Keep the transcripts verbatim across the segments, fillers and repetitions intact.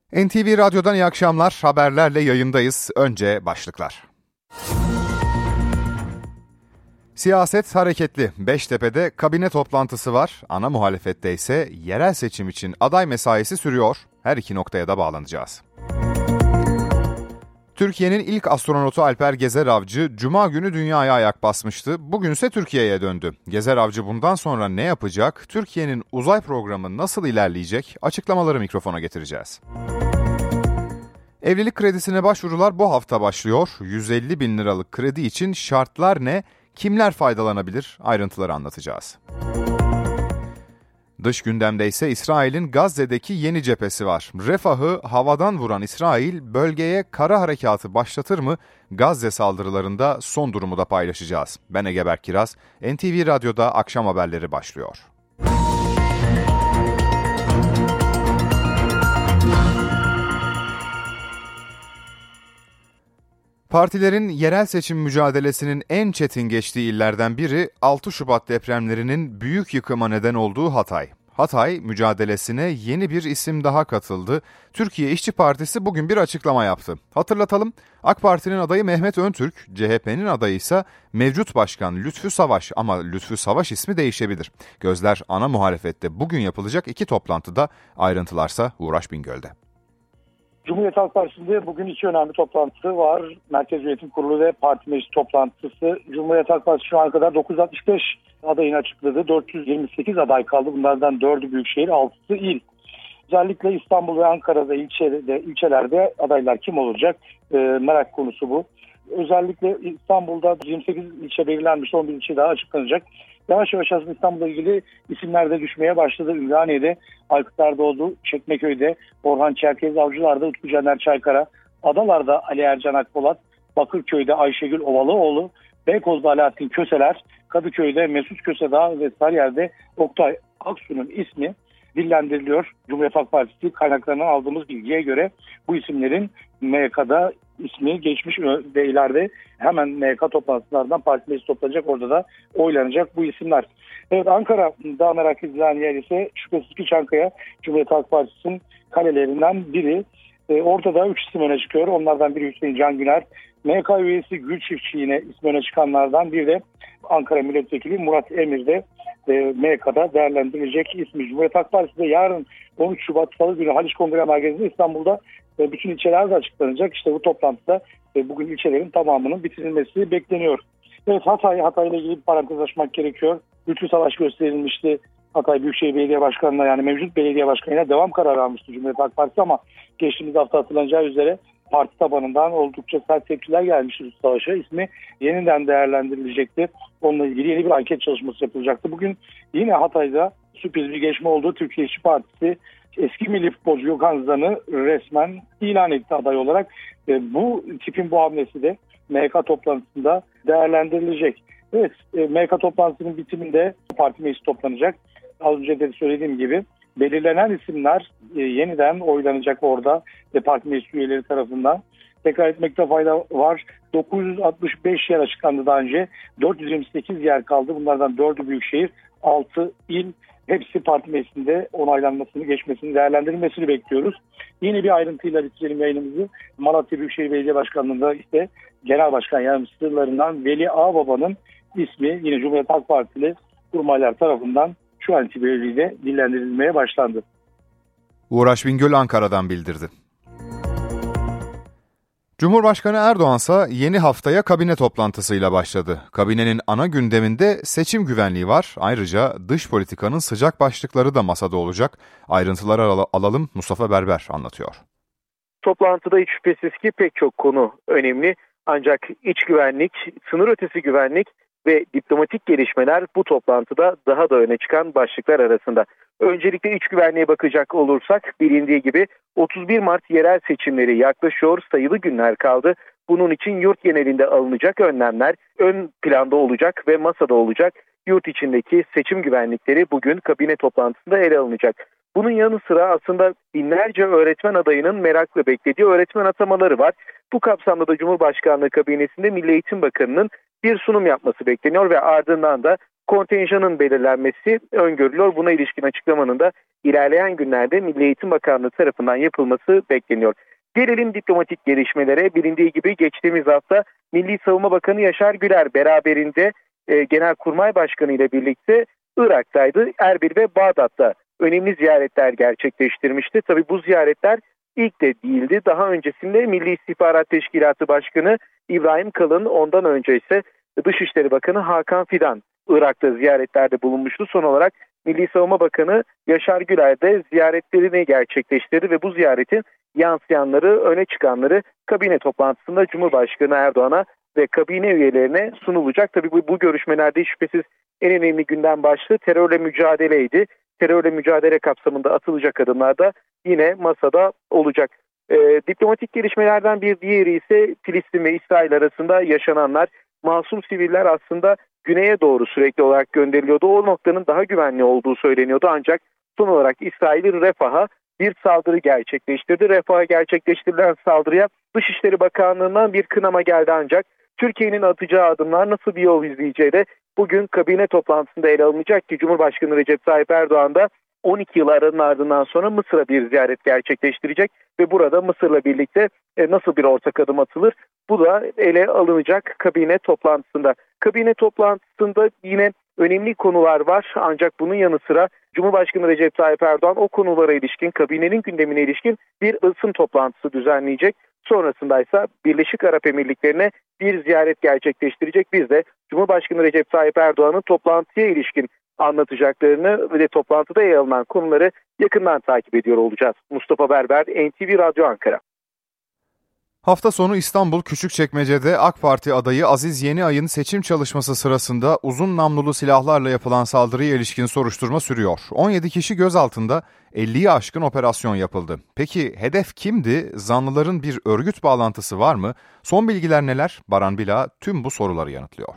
N T V Radyo'dan iyi akşamlar. Haberlerle yayındayız. Önce başlıklar. Siyaset hareketli. Beştepe'de kabine toplantısı var. Ana muhalefette ise yerel seçim için aday mesaisi sürüyor. Her iki noktaya da bağlanacağız. Türkiye'nin ilk astronotu Alper Gezer Avcı, Cuma günü dünyaya ayak basmıştı. Bugünse Türkiye'ye döndü. Gezer Avcı bundan sonra ne yapacak? Türkiye'nin uzay programı nasıl ilerleyecek? Açıklamaları mikrofona getireceğiz. Evlilik kredisine başvurular bu hafta başlıyor. yüz elli bin liralık kredi için şartlar ne? Kimler faydalanabilir? Ayrıntıları anlatacağız. Dış gündemde ise İsrail'in Gazze'deki yeni cephesi var. Refah'ı havadan vuran İsrail bölgeye kara harekatı başlatır mı? Gazze saldırılarında son durumu da paylaşacağız. Ben Egeber Kiraz, N T V Radyo'da akşam haberleri başlıyor. Partilerin yerel seçim mücadelesinin en çetin geçtiği illerden biri altı Şubat depremlerinin büyük yıkıma neden olduğu Hatay. Hatay mücadelesine yeni bir isim daha katıldı. Türkiye İşçi Partisi bugün bir açıklama yaptı. Hatırlatalım, AK Parti'nin adayı Mehmet Öntürk, C H P'nin adayı ise mevcut başkan Lütfü Savaş, ama Lütfü Savaş ismi değişebilir. Gözler ana muhalefette bugün yapılacak iki toplantıda, ayrıntılarsa Uğraş Bingöl'de. Cumhuriyet Halk Partisi'nde bugün iki önemli toplantısı var. Merkez Yönetim Kurulu ve Parti Meclis toplantısı. Cumhuriyet Halk Partisi şu ana kadar dokuz yüz altmış beş adayını açıkladı. dört yüz yirmi sekiz aday kaldı. Bunlardan dördü büyükşehir, altısı il. Özellikle İstanbul ve Ankara'da ilçede, ilçelerde adaylar kim olacak? E, merak konusu bu. Özellikle İstanbul'da yirmi sekiz ilçe belirlenmiş, on bir ilçe daha açıklanacak. Yavaş yavaş aslında İstanbul'la ilgili isimler de düşmeye başladı. Ümraniye'de Aykut Erdoğdu, Çekmeköy'de Orhan Çerkez, Avcılar'da Utku Caner Çaykara, Adalar'da Ali Ercan Akpolat, Bakırköy'de Ayşegül Ovalıoğlu, Beykoz'da Alaaddin Köseler, Kadıköy'de Mesut Kösedağ ve Sarıyer'de Oktay Aksu'nun ismi dillendiriliyor. Cumhuriyet Halk Partisi kaynaklarından aldığımız bilgiye göre bu isimlerin M Y K'da ismi geçmiş ve ileride hemen M Y K toplantılardan parti meclisi toplanacak, orada da oylanacak bu isimler. Evet, Ankara'da merak edilen yer ise şüphesiz ki Çankaya, Cumhuriyet Halk Partisi'nin kalelerinden biri. E, ortada üç isim öne çıkıyor. Onlardan biri Hüseyin Can Güner. M Y K üyesi Gül Çiftçi yine ismi öne çıkanlardan, bir de Ankara Milletvekili Murat Emir de e, M Y K'da değerlendirilecek ismi. Cumhuriyet Halk Partisi de yarın on üç Şubat Salı günü Haliç Kongre Merkezi'nde İstanbul'da e, bütün ilçeler de açıklanacak. İşte bu toplantıda e, bugün ilçelerin tamamının bitirilmesi bekleniyor. Evet, Hatay, Hatay'la ilgili bir parantez açmak gerekiyor. Lütfü Savaş gösterilmişti. Hatay Büyükşehir Belediye Başkanı'na, yani mevcut belediye başkanıyla devam kararı almıştı Cumhuriyet Halk Partisi, ama geçtiğimiz hafta hatırlanacağı üzere parti tabanından oldukça sert tepkiler gelmişti Lütfü Savaş'a. İsmi yeniden değerlendirilecekti. Onunla ilgili yeni bir anket çalışması yapılacaktı. Bugün yine Hatay'da sürpriz bir gelişme oldu. Türkiye İşçi Partisi eski milli futbolcu Gökhan Zan'ı resmen ilan etti aday olarak. E, bu tipin bu hamlesi de M Y K toplantısında değerlendirilecek. Evet, e, M Y K toplantısının bitiminde parti meclisi toplanacak. Az önce de söylediğim gibi belirlenen isimler e, yeniden oylanacak orada ve parti meclis üyeleri tarafından. Tekrar etmekte fayda var. dokuz yüz altmış beş yer açıklandı daha önce. dört yüz yirmi sekiz yer kaldı. Bunlardan dördü büyükşehir, altı il. Hepsi parti meclisinde onaylanmasını, geçmesini, değerlendirilmesini bekliyoruz. Yine bir ayrıntıyla bitirelim yayınımızı. Malatya Büyükşehir Belediye Başkanlığı'nda işte Genel Başkan Yardımcılarından Veli Ağbaba'nın ismi yine Cumhuriyet Halk Partili kurmaylar tarafından şu an itibariyle dillendirilmeye başlandı. Uğraş Bingöl Ankara'dan bildirdi. Cumhurbaşkanı Erdoğan ise yeni haftaya kabine toplantısıyla başladı. Kabinenin ana gündeminde seçim güvenliği var. Ayrıca dış politikanın sıcak başlıkları da masada olacak. Ayrıntıları al- alalım, Mustafa Berber anlatıyor. Toplantıda hiç şüphesiz ki pek çok konu önemli. Ancak iç güvenlik, sınır ötesi güvenlik ve diplomatik gelişmeler bu toplantıda daha da öne çıkan başlıklar arasında. Öncelikle iç güvenliğe bakacak olursak, bilindiği gibi otuz bir Mart yerel seçimleri yaklaşıyor, sayılı günler kaldı. Bunun için yurt genelinde alınacak önlemler ön planda olacak ve masada olacak. Yurt içindeki seçim güvenlikleri bugün kabine toplantısında ele alınacak. Bunun yanı sıra aslında binlerce öğretmen adayının merakla beklediği öğretmen atamaları var. Bu kapsamda da Cumhurbaşkanlığı kabinesinde Milli Eğitim Bakanı'nın bir sunum yapması bekleniyor ve ardından da kontenjanın belirlenmesi öngörülüyor. Buna ilişkin açıklamanın da ilerleyen günlerde Milli Eğitim Bakanlığı tarafından yapılması bekleniyor. Gelelim diplomatik gelişmelere. Bilindiği gibi geçtiğimiz hafta Milli Savunma Bakanı Yaşar Güler beraberinde e, Genelkurmay Başkanı ile birlikte Irak'taydı. Erbil ve Bağdat'ta önemli ziyaretler gerçekleştirmişti. Tabii bu ziyaretler ilk de değildi. Daha öncesinde Milli İstihbarat Teşkilatı Başkanı İbrahim Kalın, ondan önce ise Dışişleri Bakanı Hakan Fidan Irak'ta ziyaretlerde bulunmuştu. Son olarak Milli Savunma Bakanı Yaşar Güler de ziyaretlerini gerçekleştirdi ve bu ziyaretin yansıyanları, öne çıkanları kabine toplantısında Cumhurbaşkanı Erdoğan'a ve kabine üyelerine sunulacak. Tabii bu, bu görüşmelerde şüphesiz en önemli gündem başlığı terörle mücadeleydi. Terörle mücadele kapsamında atılacak adımlar da yine masada olacak. E, diplomatik gelişmelerden bir diğeri ise Filistin ve İsrail arasında yaşananlar. Masum siviller aslında güneye doğru sürekli olarak gönderiliyordu. O noktanın daha güvenli olduğu söyleniyordu. Ancak son olarak İsrail'in Refah'a bir saldırı gerçekleştirdi. Refah'a gerçekleştirilen saldırıya Dışişleri Bakanlığı'ndan bir kınama geldi, ancak Türkiye'nin atacağı adımlar nasıl bir yol izleyeceği de bugün kabine toplantısında ele alınacak ki Cumhurbaşkanı Recep Tayyip Erdoğan da on iki yıl aranın ardından sonra Mısır'a bir ziyaret gerçekleştirecek ve burada Mısır'la birlikte nasıl bir ortak adım atılır, bu da ele alınacak kabine toplantısında. Kabine toplantısında yine önemli konular var, ancak bunun yanı sıra Cumhurbaşkanı Recep Tayyip Erdoğan o konulara ilişkin, kabinenin gündemine ilişkin bir ısım toplantısı düzenleyecek. Sonrasında ise Birleşik Arap Emirlikleri'ne bir ziyaret gerçekleştirecek. Biz de Cumhurbaşkanı Recep Tayyip Erdoğan'ın toplantıya ilişkin anlatacaklarını ve de toplantıda yer alınan konuları yakından takip ediyor olacağız. Mustafa Berber, N T V Radyo Ankara. Hafta sonu İstanbul Küçükçekmece'de AK Parti adayı Aziz Yeniay'ın seçim çalışması sırasında uzun namlulu silahlarla yapılan saldırıya ilişkin soruşturma sürüyor. on yedi kişi gözaltında, elliyi aşkın operasyon yapıldı. Peki hedef kimdi? Zanlıların bir örgüt bağlantısı var mı? Son bilgiler neler? Baran Bila tüm bu soruları yanıtlıyor.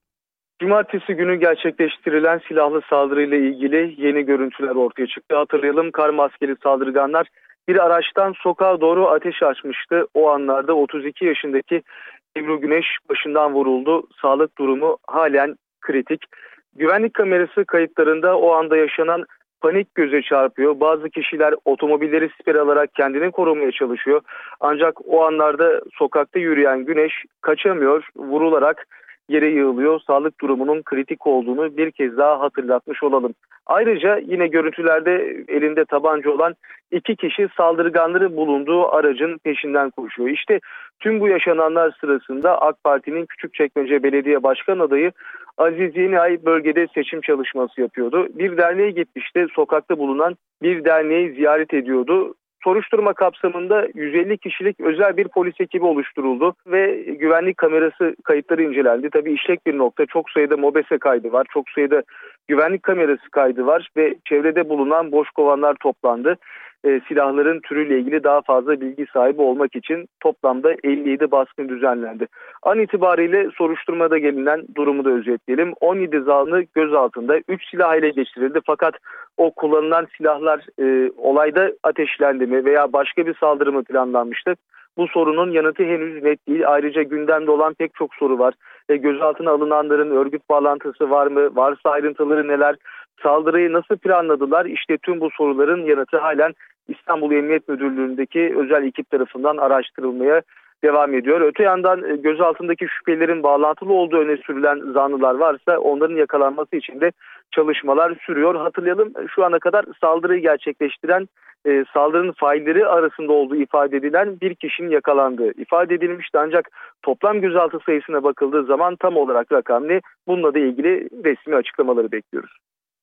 Cumartesi günü gerçekleştirilen silahlı saldırıyla ilgili yeni görüntüler ortaya çıktı. Hatırlayalım, kar maskeli saldırganlar bir araçtan sokağa doğru ateş açmıştı. O anlarda otuz iki yaşındaki Ebru Güneş başından vuruldu. Sağlık durumu halen kritik. Güvenlik kamerası kayıtlarında o anda yaşanan panik göze çarpıyor. Bazı kişiler otomobilleri siper alarak kendini korumaya çalışıyor. Ancak o anlarda sokakta yürüyen Güneş kaçamıyor, vurularak yere yığılıyor. Sağlık durumunun kritik olduğunu bir kez daha hatırlatmış olalım. Ayrıca yine görüntülerde elinde tabanca olan iki kişi saldırganları bulunduğu aracın peşinden koşuyor. İşte tüm bu yaşananlar sırasında AK Parti'nin Küçükçekmece Belediye Başkan adayı Aziz Yeniay bölgede seçim çalışması yapıyordu. Bir derneğe gitmişti. Sokakta bulunan bir derneği ziyaret ediyordu. Soruşturma kapsamında yüz elli kişilik özel bir polis ekibi oluşturuldu ve güvenlik kamerası kayıtları incelendi. Tabii işlek bir nokta, çok sayıda MOBESE kaydı var, çok sayıda güvenlik kamerası kaydı var ve çevrede bulunan boş kovanlar toplandı. E, silahların türüyle ilgili daha fazla bilgi sahibi olmak için toplamda elli yedi baskın düzenlendi. An itibariyle soruşturmada gelinen durumu da özetleyelim. on yedi zanlı gözaltında, üç silah ele geçirildi, fakat o kullanılan silahlar e, olayda ateşlendi mi veya başka bir saldırı mı planlanmıştı? Bu sorunun yanıtı henüz net değil. Ayrıca gündemde olan pek çok soru var. E, gözaltına alınanların örgüt bağlantısı var mı? Varsa ayrıntıları neler? Saldırıyı nasıl planladılar? İşte tüm bu soruların yanıtı halen İstanbul Emniyet Müdürlüğü'ndeki özel ekip tarafından araştırılmaya devam ediyor. Öte yandan gözaltındaki şüphelerin bağlantılı olduğu öne sürülen zanlılar varsa onların yakalanması için de çalışmalar sürüyor. Hatırlayalım, şu ana kadar saldırıyı gerçekleştiren, e, saldırının failleri arasında olduğu ifade edilen bir kişinin yakalandığı ifade edilmişti. Ancak toplam gözaltı sayısına bakıldığı zaman tam olarak rakam ne? Bununla da ilgili resmi açıklamaları bekliyoruz.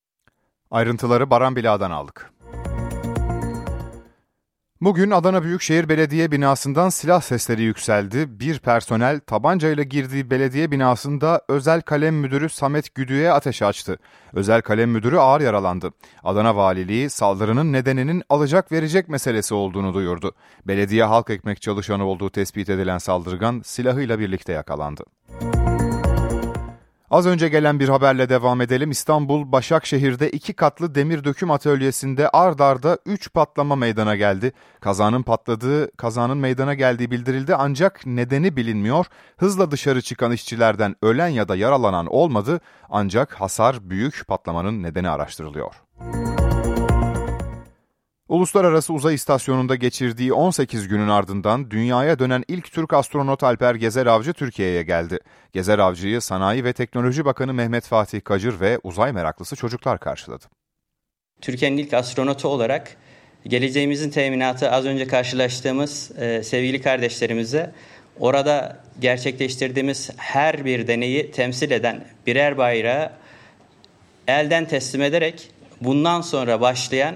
Ayrıntıları Baran Bila'dan aldık. Bugün Adana Büyükşehir Belediye binasından silah sesleri yükseldi. Bir personel tabancayla girdiği belediye binasında Özel Kalem Müdürü Samet Güdü'ye ateş açtı. Özel Kalem Müdürü ağır yaralandı. Adana Valiliği saldırının nedeninin alacak verecek meselesi olduğunu duyurdu. Belediye halk ekmek çalışanı olduğu tespit edilen saldırgan silahıyla birlikte yakalandı. Az önce gelen bir haberle devam edelim. İstanbul Başakşehir'de iki katlı demir döküm atölyesinde ard arda üç patlama meydana geldi. Kazanın patladığı, kazanın meydana geldiği bildirildi ancak nedeni bilinmiyor. Hızla dışarı çıkan işçilerden ölen ya da yaralanan olmadı ancak hasar büyük, patlamanın nedeni araştırılıyor. Uluslararası Uzay İstasyonu'nda geçirdiği on sekiz günün ardından dünyaya dönen ilk Türk astronot Alper Gezer Avcı Türkiye'ye geldi. Gezer Avcı'yı Sanayi ve Teknoloji Bakanı Mehmet Fatih Kacır ve uzay meraklısı çocuklar karşıladı. Türkiye'nin ilk astronotu olarak geleceğimizin teminatı az önce karşılaştığımız e, sevgili kardeşlerimize orada gerçekleştirdiğimiz her bir deneyi temsil eden birer bayrağı elden teslim ederek bundan sonra başlayan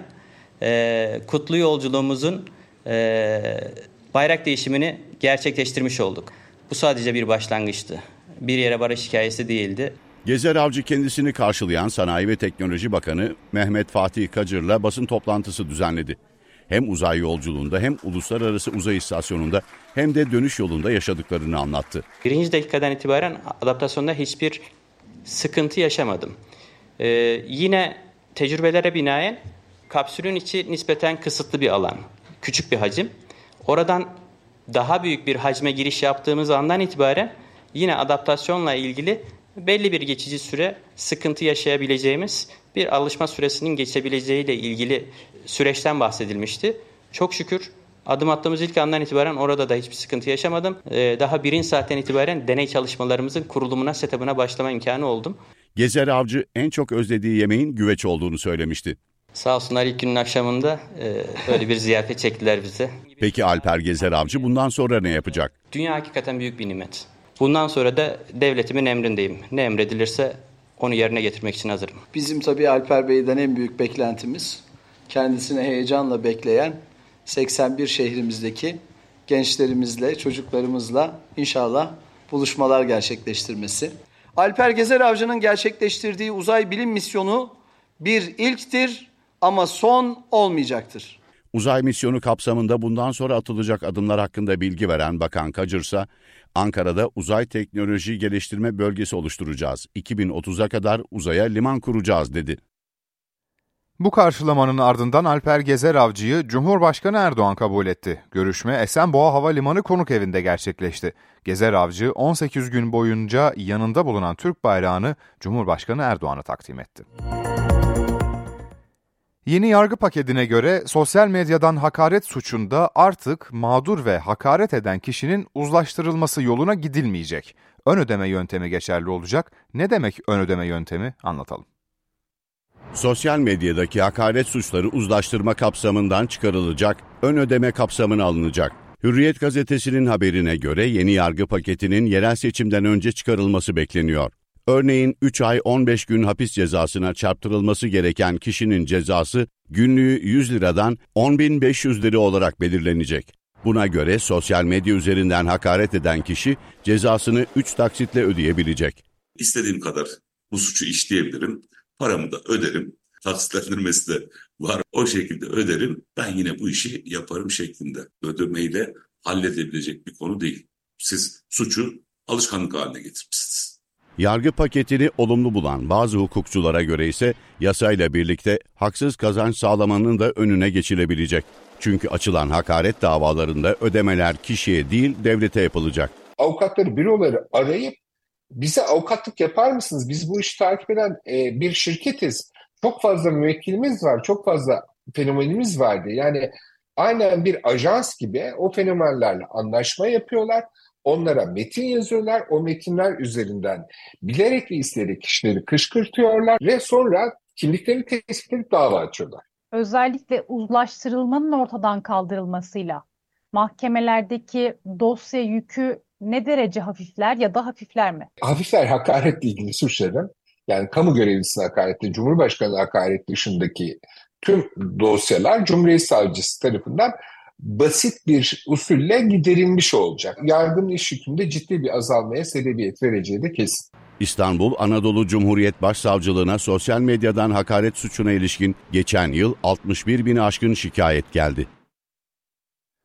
E, kutlu yolculuğumuzun e, bayrak değişimini gerçekleştirmiş olduk. Bu sadece bir başlangıçtı. Bir yere varış hikayesi değildi. Gezer Avcı kendisini karşılayan Sanayi ve Teknoloji Bakanı Mehmet Fatih Kacır'la basın toplantısı düzenledi. Hem uzay yolculuğunda hem Uluslararası Uzay İstasyonu'nda hem de dönüş yolunda yaşadıklarını anlattı. Birinci dakikadan itibaren adaptasyonda hiçbir sıkıntı yaşamadım. E, yine tecrübelere binaen kapsülün içi nispeten kısıtlı bir alan, küçük bir hacim. Oradan daha büyük bir hacme giriş yaptığımız andan itibaren yine adaptasyonla ilgili belli bir geçici süre sıkıntı yaşayabileceğimiz bir alışma süresinin geçebileceğiyle ilgili süreçten bahsedilmişti. Çok şükür adım attığımız ilk andan itibaren orada da hiçbir sıkıntı yaşamadım. Daha birinci saatten itibaren deney çalışmalarımızın kurulumuna, setup'ına başlama imkanı oldum. Gezer Avcı en çok özlediği yemeğin güveç olduğunu söylemişti. Sağ olsunlar ilk günün akşamında e, öyle bir ziyafet çektiler bize. Peki Alper Gezer Avcı bundan sonra ne yapacak? Dünya hakikaten büyük bir nimet. Bundan sonra da devletimin emrindeyim. Ne emredilirse onu yerine getirmek için hazırım. Bizim tabii Alper Bey'den en büyük beklentimiz kendisini heyecanla bekleyen seksen bir şehrimizdeki gençlerimizle, çocuklarımızla inşallah buluşmalar gerçekleştirmesi. Alper Gezer Avcı'nın gerçekleştirdiği uzay bilim misyonu bir ilktir ama son olmayacaktır. Uzay misyonu kapsamında bundan sonra atılacak adımlar hakkında bilgi veren Bakan Kacırsa, Ankara'da uzay teknoloji geliştirme bölgesi oluşturacağız. iki bin otuza kadar uzaya liman kuracağız dedi. Bu karşılamanın ardından Alper Gezer Avcı'yı Cumhurbaşkanı Erdoğan kabul etti. Görüşme Esenboğa Havalimanı konuk evinde gerçekleşti. Gezer Avcı on sekiz gün boyunca yanında bulunan Türk bayrağını Cumhurbaşkanı Erdoğan'a takdim etti. Yeni yargı paketine göre sosyal medyadan hakaret suçunda artık mağdur ve hakaret eden kişinin uzlaştırılması yoluna gidilmeyecek. Ön ödeme yöntemi geçerli olacak. Ne demek ön ödeme yöntemi? Anlatalım. Sosyal medyadaki hakaret suçları uzlaştırma kapsamından çıkarılacak, ön ödeme kapsamına alınacak. Hürriyet gazetesinin haberine göre yeni yargı paketinin yerel seçimden önce çıkarılması bekleniyor. Örneğin üç ay on beş gün hapis cezasına çarptırılması gereken kişinin cezası günlüğü yüz liradan on bin beş yüz lira olarak belirlenecek. Buna göre sosyal medya üzerinden hakaret eden kişi cezasını üç taksitle ödeyebilecek. İstediğim kadar bu suçu işleyebilirim, paramı da öderim, taksitlendirmesi de var, o şekilde öderim, ben yine bu işi yaparım şeklinde. Ödemeyle halledebilecek bir konu değil. Siz suçu alışkanlık haline getirmişsiniz. Yargı paketini olumlu bulan bazı hukukçulara göre ise yasayla birlikte haksız kazanç sağlamanın da önüne geçilebilecek. Çünkü açılan hakaret davalarında ödemeler kişiye değil devlete yapılacak. Avukatları, büroları arayıp bize avukatlık yapar mısınız? Biz bu işi takip eden e, bir şirketiz. Çok fazla müvekkilimiz var, çok fazla fenomenimiz vardı. Yani aynen bir ajans gibi o fenomenlerle anlaşma yapıyorlar. Onlara metin yazıyorlar. O metinler üzerinden bilerek ve isteyerek kişileri kışkırtıyorlar ve sonra kimliklerini tespit edip dava açıyorlar. Özellikle uzlaştırılmanın ortadan kaldırılmasıyla mahkemelerdeki dosya yükü ne derece hafifler ya da hafifler mi? Hafifler hakaretle ilgili suçların, yani kamu görevlisine hakaretle, Cumhurbaşkanı hakaret dışındaki tüm dosyalar Cumhuriyet Savcısı tarafından basit bir usulle giderilmiş olacak. Yargının iş yükünde ciddi bir azalmaya sebebiyet vereceği de kesin. İstanbul Anadolu Cumhuriyet Başsavcılığına sosyal medyadan hakaret suçuna ilişkin geçen yıl altmış bir bini aşkın şikayet geldi.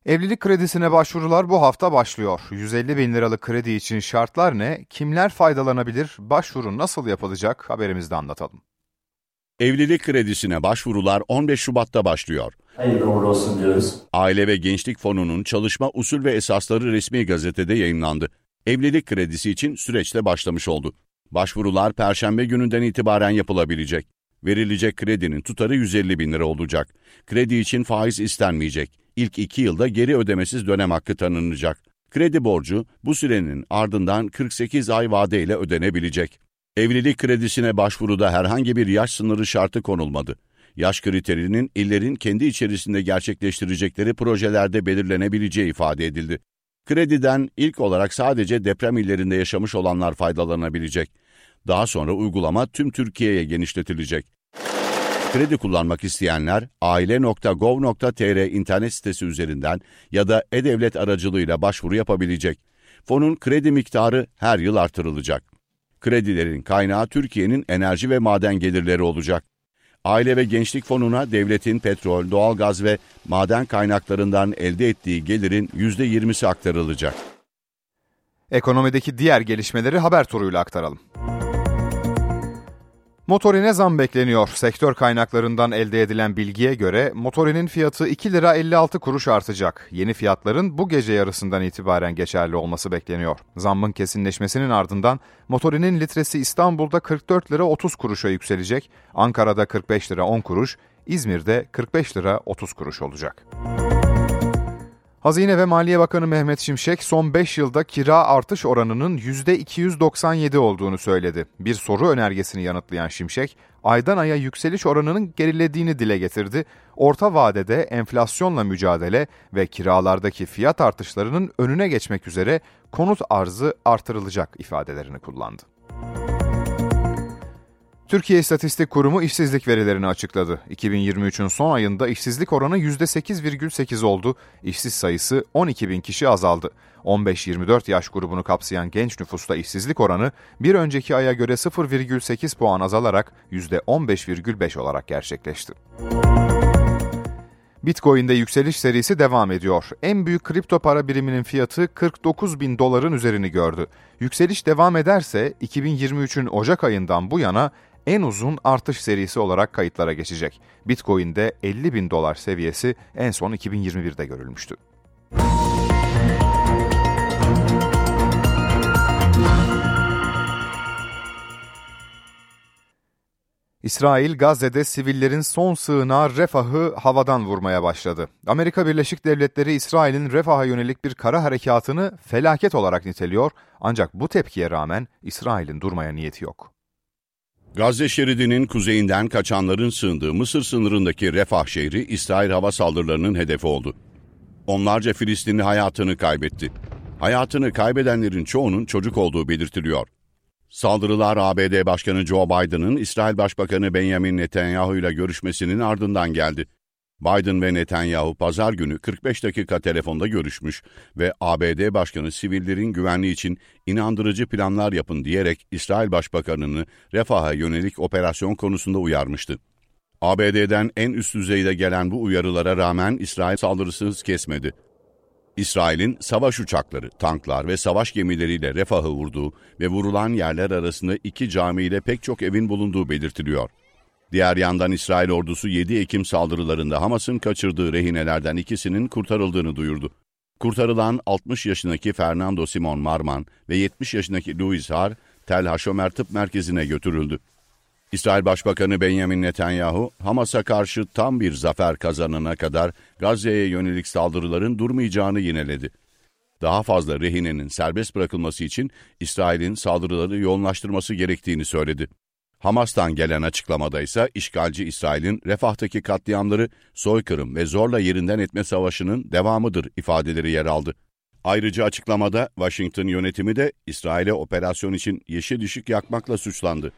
Evlilik kredisine başvurular bu hafta başlıyor. yüz elli bin liralık kredi için şartlar ne? Kimler faydalanabilir? Başvuru nasıl yapılacak? Haberimizde anlatalım. Evlilik kredisine başvurular on beş Şubat'ta başlıyor. Hayırlı uğurlu olsun diyoruz. Aile ve Gençlik Fonu'nun çalışma usul ve esasları resmi gazetede yayımlandı. Evlilik kredisi için süreçte başlamış oldu. Başvurular Perşembe gününden itibaren yapılabilecek. Verilecek kredinin tutarı yüz elli bin lira olacak. Kredi için faiz istenmeyecek. İlk iki yılda geri ödemesiz dönem hakkı tanınacak. Kredi borcu bu sürenin ardından kırk sekiz ay vadeyle ödenebilecek. Evlilik kredisine başvuruda herhangi bir yaş sınırı şartı konulmadı. Yaş kriterinin illerin kendi içerisinde gerçekleştirecekleri projelerde belirlenebileceği ifade edildi. Krediden ilk olarak sadece deprem illerinde yaşamış olanlar faydalanabilecek. Daha sonra uygulama tüm Türkiye'ye genişletilecek. Kredi kullanmak isteyenler aile nokta gov nokta tr internet sitesi üzerinden ya da e-devlet aracılığıyla başvuru yapabilecek. Fonun kredi miktarı her yıl artırılacak. Kredilerin kaynağı Türkiye'nin enerji ve maden gelirleri olacak. Aile ve Gençlik Fonu'na devletin petrol, doğalgaz ve maden kaynaklarından elde ettiği gelirin yüzde yirmisi aktarılacak. Ekonomideki diğer gelişmeleri haber turuyla aktaralım. Motorine zam bekleniyor. Sektör kaynaklarından elde edilen bilgiye göre motorinin fiyatı iki lira elli altı kuruş artacak. Yeni fiyatların bu gece yarısından itibaren geçerli olması bekleniyor. Zammın kesinleşmesinin ardından motorinin litresi İstanbul'da kırk dört lira otuz kuruşa yükselecek. Ankara'da kırk beş lira on kuruş, İzmir'de kırk beş lira otuz kuruş olacak. Hazine ve Maliye Bakanı Mehmet Şimşek son beş yılda kira artış oranının yüzde iki yüz doksan yedi olduğunu söyledi. Bir soru önergesini yanıtlayan Şimşek, aydan aya yükseliş oranının gerilediğini dile getirdi. Orta vadede enflasyonla mücadele ve kiralardaki fiyat artışlarının önüne geçmek üzere konut arzı artırılacak ifadelerini kullandı. Türkiye İstatistik Kurumu işsizlik verilerini açıkladı. iki bin yirmi üçün son ayında işsizlik oranı yüzde sekiz virgül sekiz oldu. İşsiz sayısı on iki bin kişi azaldı. on beş yirmi dört yaş grubunu kapsayan genç nüfusta işsizlik oranı bir önceki aya göre sıfır virgül sekiz puan azalarak yüzde on beş virgül beş olarak gerçekleşti. Bitcoin'de yükseliş serisi devam ediyor. En büyük kripto para biriminin fiyatı kırk dokuz bin doların üzerini gördü. Yükseliş devam ederse iki bin yirmi üçün Ocak ayından bu yana en uzun artış serisi olarak kayıtlara geçecek. Bitcoin'de elli bin dolar seviyesi en son iki bin yirmi birde görülmüştü. İsrail, Gazze'de sivillerin son sığınağı Refah'ı havadan vurmaya başladı. Amerika Birleşik Devletleri, İsrail'in Refah'a yönelik bir kara harekatını felaket olarak niteliyor. Ancak bu tepkiye rağmen İsrail'in durmaya niyeti yok. Gazze şeridinin kuzeyinden kaçanların sığındığı Mısır sınırındaki Refah şehri İsrail hava saldırılarının hedefi oldu. Onlarca Filistinli hayatını kaybetti. Hayatını kaybedenlerin çoğunun çocuk olduğu belirtiliyor. Saldırılar A B D Başkanı Joe Biden'ın İsrail Başbakanı Benjamin Netanyahu ile görüşmesinin ardından geldi. Biden ve Netanyahu pazar günü kırk beş dakika telefonda görüşmüş ve A B D Başkanı sivillerin güvenliği için inandırıcı planlar yapın diyerek İsrail Başbakanı'nı Refah'a yönelik operasyon konusunda uyarmıştı. A B D'den en üst düzeyde gelen bu uyarılara rağmen İsrail saldırısını kesmedi. İsrail'in savaş uçakları, tanklar ve savaş gemileriyle Refah'ı vurduğu ve vurulan yerler arasında iki camiyle pek çok evin bulunduğu belirtiliyor. Diğer yandan İsrail ordusu yedi Ekim saldırılarında Hamas'ın kaçırdığı rehinelerden ikisinin kurtarıldığını duyurdu. Kurtarılan altmış yaşındaki Fernando Simon Marman ve yetmiş yaşındaki Louis Har, Tel Hashomer Tıp Merkezi'ne götürüldü. İsrail Başbakanı Benjamin Netanyahu, Hamas'a karşı tam bir zafer kazanana kadar Gazze'ye yönelik saldırıların durmayacağını yineledi. Daha fazla rehinenin serbest bırakılması için İsrail'in saldırıları yoğunlaştırması gerektiğini söyledi. Hamas'tan gelen açıklamada ise işgalci İsrail'in Refah'taki katliamları soykırım ve zorla yerinden etme savaşının devamıdır ifadeleri yer aldı. Ayrıca açıklamada Washington yönetimi de İsrail'e operasyon için yeşil ışık yakmakla suçlandı.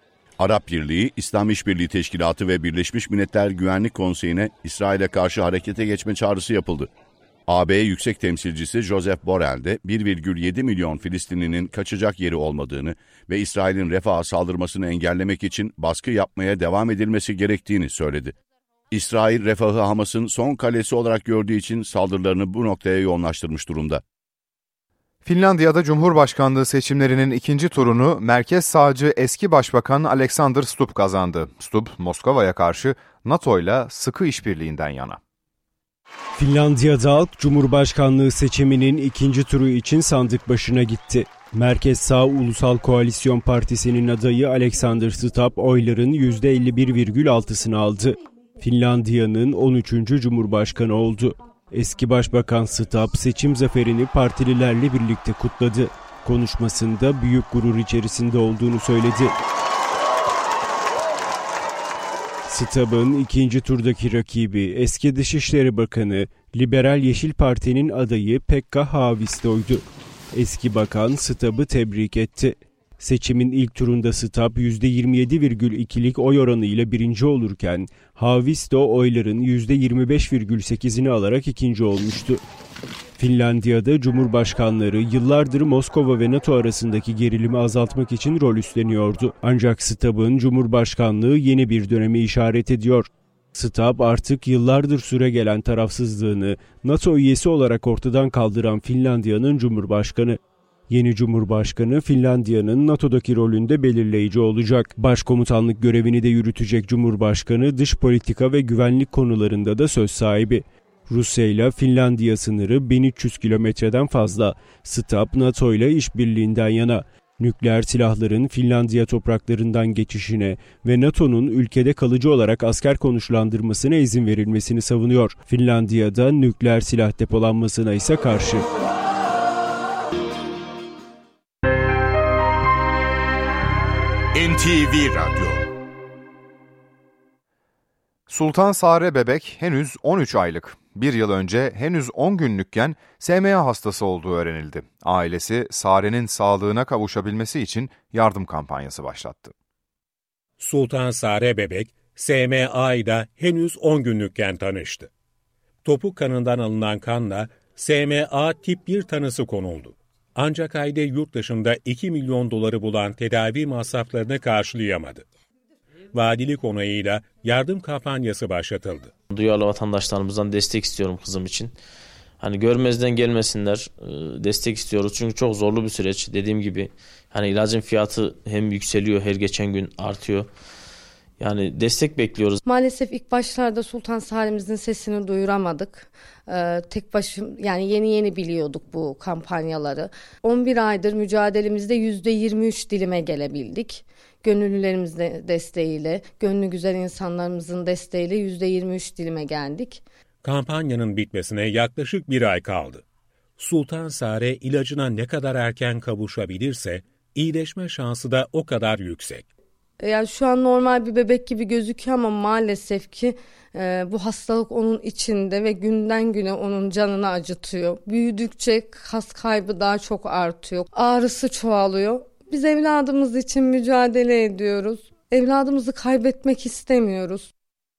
Arap Birliği, İslam İşbirliği Teşkilatı ve Birleşmiş Milletler Güvenlik Konseyi'ne İsrail'e karşı harekete geçme çağrısı yapıldı. A B Yüksek Temsilcisi Joseph Borrell de bir virgül yedi milyon Filistinlinin kaçacak yeri olmadığını ve İsrail'in Refah'a saldırmasını engellemek için baskı yapmaya devam edilmesi gerektiğini söyledi. İsrail refahı Hamas'ın son kalesi olarak gördüğü için saldırılarını bu noktaya yoğunlaştırmış durumda. Finlandiya'da Cumhurbaşkanlığı seçimlerinin ikinci turunu merkez sağcı eski Başbakan Alexander Stubb kazandı. Stubb, Moskova'ya karşı NATO ile sıkı işbirliğinden yana. Finlandiya'da halk Cumhurbaşkanlığı seçiminin ikinci turu için sandık başına gitti. Merkez Sağ Ulusal Koalisyon Partisi'nin adayı Alexander Stubb oyların yüzde elli bir virgül altısını aldı. Finlandiya'nın on üçüncü Cumhurbaşkanı oldu. Eski Başbakan Stubb seçim zaferini partililerle birlikte kutladı. Konuşmasında büyük gurur içerisinde olduğunu söyledi. Stubb'ın ikinci turdaki rakibi eski Dışişleri Bakanı, Liberal Yeşil Parti'nin adayı Pekka Haavisto'ydu. Eski bakan Stubb'ı tebrik etti. Seçimin ilk turunda Stubb yüzde yirmi yedi virgül ikilik oy oranıyla birinci olurken Haavisto oyların yüzde yirmi beş virgül sekizini alarak ikinci olmuştu. Finlandiya'da cumhurbaşkanları yıllardır Moskova ve NATO arasındaki gerilimi azaltmak için rol üstleniyordu. Ancak Stubb'ın cumhurbaşkanlığı yeni bir dönemi işaret ediyor. Stubb artık yıllardır süregelen tarafsızlığını NATO üyesi olarak ortadan kaldıran Finlandiya'nın cumhurbaşkanı. Yeni Cumhurbaşkanı Finlandiya'nın NATO'daki rolünde belirleyici olacak. Başkomutanlık görevini de yürütecek Cumhurbaşkanı dış politika ve güvenlik konularında da söz sahibi. Rusya ile Finlandiya sınırı bin üç yüz kilometreden fazla. Stubb NATO ile işbirliğinden yana. Nükleer silahların Finlandiya topraklarından geçişine ve NATO'nun ülkede kalıcı olarak asker konuşlandırmasına izin verilmesini savunuyor. Finlandiya'da nükleer silah depolanmasına ise karşı. N T V Radyo. Sultan Sare bebek henüz on üç aylık. Bir yıl önce henüz on günlükken S M A hastası olduğu öğrenildi. Ailesi Sare'nin sağlığına kavuşabilmesi için yardım kampanyası başlattı. Sultan Sare bebek S M A ile henüz on günlükken tanıştı. Topuk kanından alınan kanla S M A tip bir tanısı konuldu. Ancak aile yurt dışında iki milyon doları bulan tedavi masraflarını karşılayamadı. Valilik onayıyla yardım kampanyası başlatıldı. Duyarlı vatandaşlarımızdan destek istiyorum kızım için. Hani görmezden gelmesinler, destek istiyoruz çünkü çok zorlu bir süreç. Dediğim gibi hani ilacın fiyatı hem yükseliyor, her geçen gün artıyor. Yani destek bekliyoruz. Maalesef ilk başlarda Sultan Sare'mizin sesini duyuramadık. Ee, tek başım yani yeni yeni biliyorduk bu kampanyaları. on bir aydır mücadelemizde yüzde yirmi üç dilime gelebildik. Gönüllülerimizin desteğiyle, gönlü güzel insanlarımızın desteğiyle yüzde yirmi üç dilime geldik. Kampanyanın bitmesine yaklaşık bir ay kaldı. Sultan Sare ilacına ne kadar erken kavuşabilirse iyileşme şansı da o kadar yüksek. Yani şu an normal bir bebek gibi gözüküyor ama maalesef ki e, bu hastalık onun içinde ve günden güne onun canını acıtıyor. Büyüdükçe kas kaybı daha çok artıyor. Ağrısı çoğalıyor. Biz evladımız için mücadele ediyoruz. Evladımızı kaybetmek istemiyoruz.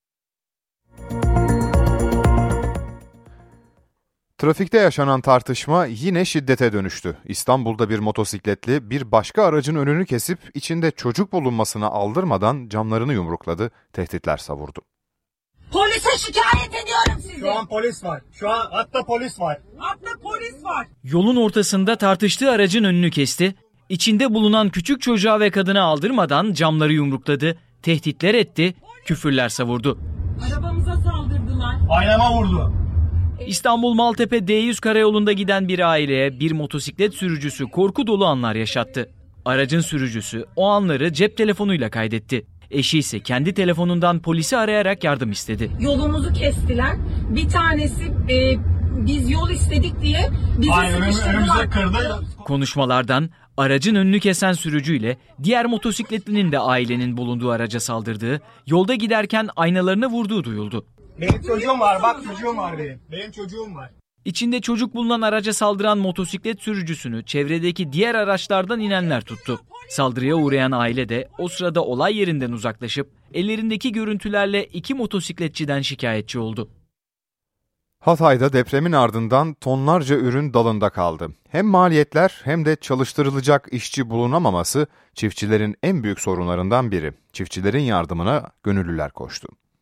Trafikte yaşanan tartışma yine şiddete dönüştü. İstanbul'da bir motosikletli bir başka aracın önünü kesip içinde çocuk bulunmasına aldırmadan camlarını yumrukladı, tehditler savurdu. Polise şikayet ediyorum sizi. Şu an polis var. Şu an hatta polis var. Hatta polis var. Yolun ortasında tartıştığı aracın önünü kesti, içinde bulunan küçük çocuğa ve kadına aldırmadan camları yumrukladı, tehditler etti, küfürler savurdu. Arabamıza saldırdılar. Aynama vurdu. İstanbul Maltepe D yüz karayolunda giden bir aileye bir motosiklet sürücüsü korku dolu anlar yaşattı. Aracın sürücüsü o anları cep telefonuyla kaydetti. Eşi ise kendi telefonundan polisi arayarak yardım istedi. Yolumuzu kestiler. Bir tanesi e, biz yol istedik diye bizi sıkıştırdılar. Kırdı. Konuşmalardan aracın önünü kesen sürücüyle diğer motosikletlinin de ailenin bulunduğu araca saldırdığı, yolda giderken aynalarına vurduğu duyuldu. Benim çocuğum var, bak çocuğum var benim. Benim çocuğum var. İçinde çocuk bulunan araca saldıran motosiklet sürücüsünü çevredeki diğer araçlardan inenler tuttu. Saldırıya uğrayan aile de o sırada olay yerinden uzaklaşıp ellerindeki görüntülerle iki motosikletçiden şikayetçi oldu. Hatay'da depremin ardından tonlarca ürün dalında kaldı. Hem maliyetler hem de çalıştırılacak işçi bulunamaması çiftçilerin en büyük sorunlarından biri. Çiftçilerin yardımına gönüllüler koştu.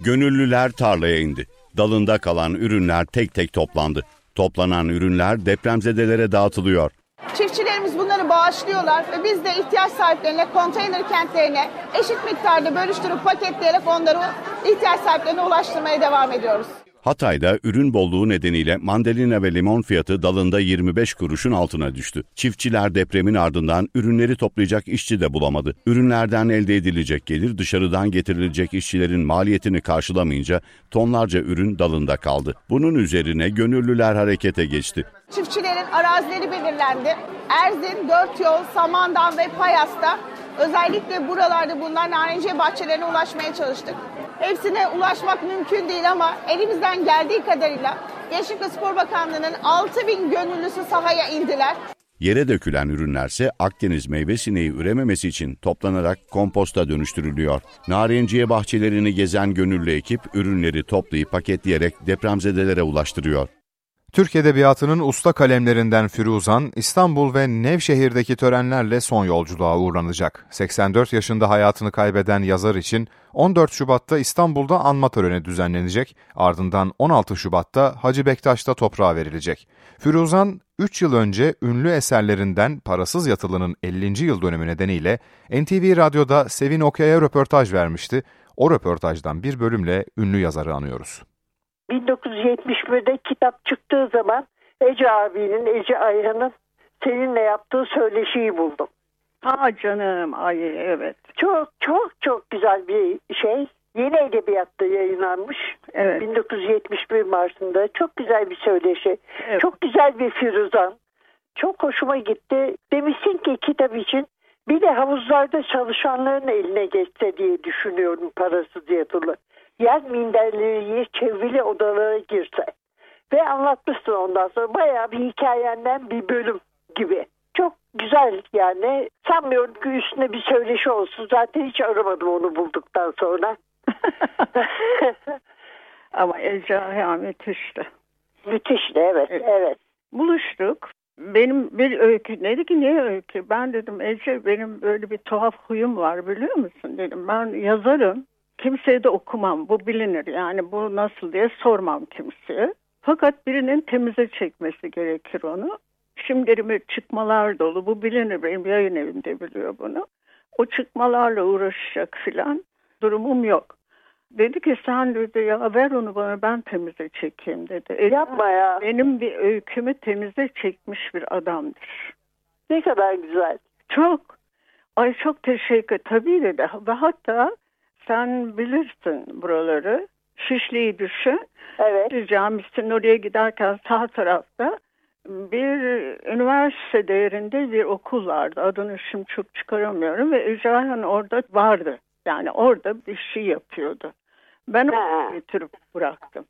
Gönüllüler tarlaya indi. Dalında kalan ürünler tek tek toplandı. Toplanan ürünler depremzedelere dağıtılıyor. Çiftçilerimiz bunları bağışlıyorlar ve biz de ihtiyaç sahiplerine, konteyner kentlerine eşit miktarda bölüştürüp paketleyerek onları ihtiyaç sahiplerine ulaştırmaya devam ediyoruz. Hatay'da ürün bolluğu nedeniyle mandalina ve limon fiyatı dalında yirmi beş kuruşun altına düştü. Çiftçiler depremin ardından ürünleri toplayacak işçi de bulamadı. Ürünlerden elde edilecek gelir dışarıdan getirilecek işçilerin maliyetini karşılamayınca tonlarca ürün dalında kaldı. Bunun üzerine gönüllüler harekete geçti. Çiftçilerin arazileri belirlendi. Erzin, Dört Yol, Samandan ve Payas'ta özellikle buralarda bulunan narenciye bahçelerine ulaşmaya çalıştık. Hepsine ulaşmak mümkün değil ama elimizden geldiği kadarıyla Gençlik ve Spor Bakanlığı'nın altı bin gönüllüsü sahaya indiler. Yere dökülen ürünlerse Akdeniz meyve sineği ürememesi için toplanarak komposta dönüştürülüyor. Narenciye bahçelerini gezen gönüllü ekip ürünleri toplayıp paketleyerek depremzedelere ulaştırıyor. Türk Edebiyatı'nın usta kalemlerinden Firuzan, İstanbul ve Nevşehir'deki törenlerle son yolculuğa uğurlanacak. seksen dört yaşında hayatını kaybeden yazar için on dört Şubat'ta İstanbul'da anma töreni düzenlenecek, ardından on altı Şubat'ta Hacı Bektaş'ta toprağa verilecek. Firuzan, üç yıl önce ünlü eserlerinden Parasız Yatılı'nın ellinci yıl dönümü nedeniyle N T V Radyo'da Sevin Okya'ya röportaj vermişti. O röportajdan bir bölümle ünlü yazarı anıyoruz. bin dokuz yüz yetmiş birde kitap çıktığı zaman Ece abinin, Ece Ayhan'ın seninle yaptığı söyleşiyi buldum. Ha canım, ay evet. Çok çok çok güzel bir şey. Yeni Edebiyat'ta yayınlanmış. Evet. bin dokuz yüz yetmiş bir Mart'ında çok güzel bir söyleşi. Evet. Çok güzel bir Firuzan. Çok hoşuma gitti. Demişsin ki kitap için bir de havuzlarda çalışanların eline geçse diye düşünüyorum Parasız Yatılı. Yer minderleri çevrili odalara girse. Ve anlatmışsın ondan sonra bayağı bir hikayenden bir bölüm gibi. Çok güzel yani. Sanmıyorum ki üstüne bir söyleşi olsun. Zaten hiç aramadım onu bulduktan sonra. Ama Ece Ayhan müthişti. Müthişti evet, evet. evet. Buluştuk. Benim bir öykü. Dedi ki ne öykü? Ben dedim Ece benim böyle bir tuhaf huyum var biliyor musun dedim. Ben yazarım. Kimseye de okumam. Bu bilinir. Yani bu nasıl diye sormam kimseye. Fakat birinin temize çekmesi gerekir onu. Şimdi çıkmalar dolu. Bu bilinir. Benim yayın evimde biliyor bunu. O çıkmalarla uğraşacak filan durumum yok. Dedi ki sen dedi ya ver onu bana ben temize çekeyim dedi. E, Yapma ya. Benim bir öykümü temize çekmiş bir adamdır. Ne kadar güzel. Çok. Ay çok teşekkür. Tabii dedi. Ve hatta sen bilirsin buraları. Şişli'yi düşün. Evet. Camisinin oraya giderken sağ tarafta bir üniversite değerinde bir okul vardı. Adını şimdi çok çıkaramıyorum ve Ece Ayhan orada vardı. Yani orada bir şey yapıyordu. Ben onu getirip bıraktım.